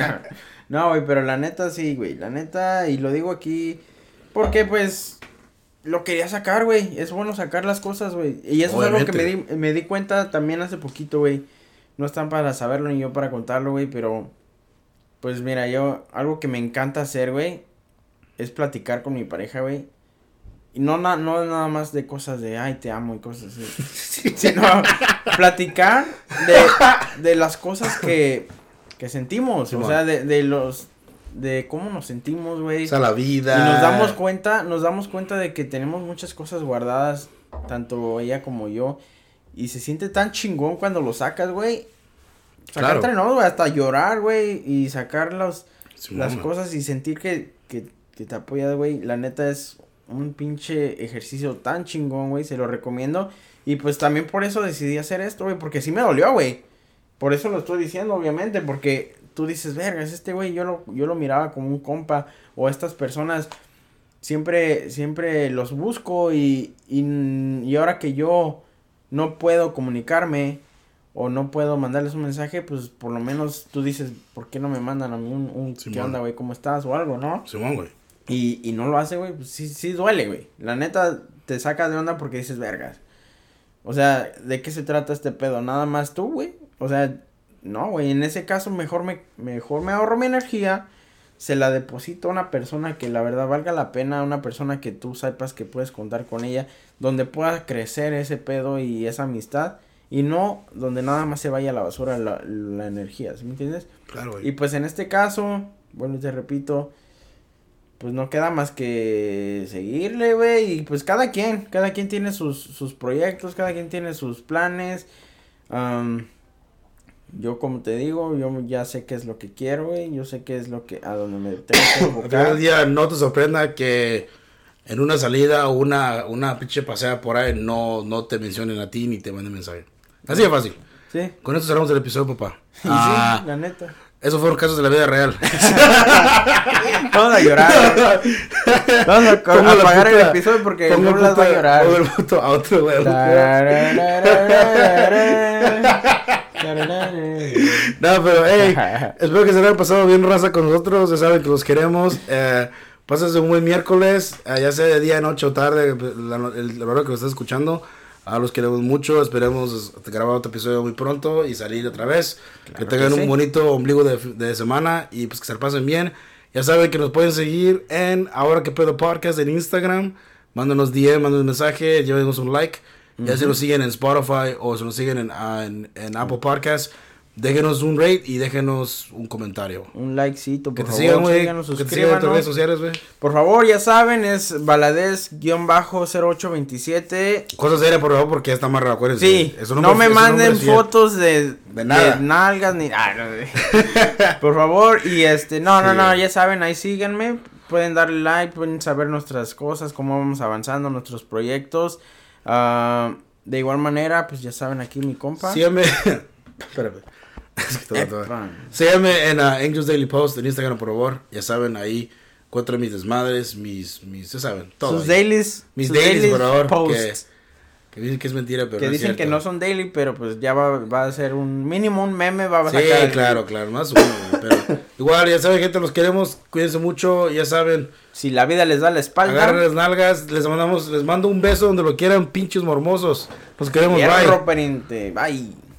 No, güey, pero la neta sí, güey, la neta, y lo digo aquí, porque pues, lo quería sacar, güey, es bueno sacar las cosas, güey. Y eso Obviamente. es algo que me di, me di cuenta también hace poquito, güey. No están para saberlo ni yo para contarlo, güey, pero, pues mira, yo, algo que me encanta hacer, güey, es platicar con mi pareja, güey. Y no, na, no nada más de cosas de, ay, te amo y cosas así. Sino platicar de, de las cosas que, que sentimos. Sí, o man. sea, de, de los, de cómo nos sentimos, güey. O sea, la vida. Y nos damos cuenta, nos damos cuenta de que tenemos muchas cosas guardadas, tanto ella como yo. Y se siente tan chingón cuando lo sacas, güey. Sacar claro. entre nosotros, güey, hasta llorar, güey. Y sacar los, sí, las mamá. cosas y sentir que, que, que te apoyas, güey. La neta es un pinche ejercicio tan chingón, güey. Se lo recomiendo. Y pues también por eso decidí hacer esto, güey. Porque sí me dolió, güey. Por eso lo estoy diciendo, obviamente. Porque tú dices, vergas, este güey yo lo, yo lo miraba como un compa. O estas personas siempre, siempre los busco. Y, y, y ahora que yo no puedo comunicarme o no puedo mandarles un mensaje, pues por lo menos tú dices, ¿por qué no me mandan a mí un, un sí, ¿qué man. onda, güey? ¿Cómo estás? O algo, ¿no? Sí, man, güey. Y, y no lo hace, güey, pues sí, sí duele, güey. La neta te saca de onda porque dices, vergas. O sea, ¿de qué se trata este pedo? Nada más tú, güey. O sea, no, güey, en ese caso mejor me, mejor me ahorro mi energía, se la deposito a una persona que la verdad valga la pena, una persona que tú sepas que puedes contar con ella, donde pueda crecer ese pedo y esa amistad, y no donde nada más se vaya a la basura la, la energía, ¿sí me entiendes? Claro, güey. Y pues en este caso, bueno, te repito, pues no queda más que seguirle, güey, y pues cada quien, cada quien tiene sus, sus proyectos, cada quien tiene sus planes, um, yo como te digo, yo ya sé qué es lo que quiero, güey, yo sé qué es lo que, a donde me tengo que enfocar. Al final del día no te sorprenda que en una salida o una, una pinche pasea por ahí no, no te mencionen a ti ni te manden mensaje. Así de fácil. Sí. Con esto cerramos el episodio, papá. Y ah, sí, la neta. Esos fueron casos de la vida real. Vamos a llorar. Vamos a, a apagar el episodio porque no las va a llorar. Pongo el puto a otro, güey. No, pero hey, espero que se hayan pasado bien raza con nosotros. Ya saben que los queremos. Eh, pásense un buen miércoles, eh, ya sea de día, noche o tarde, la, el, la hora que lo estés escuchando. A los queremos mucho, esperemos grabar otro episodio muy pronto y salir otra vez. Claro que tengan que un sí. bonito ombligo de, de semana y pues que se la pasen bien. Ya saben que nos pueden seguir en Ahora Que Pedo Podcast en Instagram. Mándanos D M, mándanos un mensaje, llévenos un like. Uh-huh. Ya si nos siguen en Spotify o si nos siguen en, en, en Apple Podcasts, déjenos un rate y déjenos un comentario. Un likecito, por que te favor. Sigan, síganos, que te sigan en tus redes sociales, güey. Por favor, ya saben, es Valadez cero ocho veintisiete. Cosas serias, por favor, porque ya está más raro, acuérdense. Sí, eso no, no me manden fotos de, de, nada. de nalgas ni... Ah, no, por favor, y este, no, sí. no, no, ya saben, ahí síganme. Pueden darle like, pueden saber nuestras cosas, cómo vamos avanzando, nuestros proyectos. Uh, de igual manera, pues ya saben, aquí mi compa. Síganme. Espérame. Síganme en uh, Angels Daily Post en Instagram, por favor. Ya saben, ahí encuentran mis desmadres, mis, mis, ya saben, todo. Sus ahí. dailies. Mis sus dailies, dailies, por favor. Posts. Que, que dicen que es mentira, pero que no dicen es que no son daily, pero pues ya va, va a ser un mínimo, un meme, va a sí, sacar. Sí, claro, claro, más uno, pero igual, ya saben, gente, los queremos, cuídense mucho, ya saben. Si la vida les da la espalda. Agarren las nalgas, les mandamos, les mando un beso donde lo quieran, pinches mormosos. Los queremos, Hierro, bye. pariente, bye.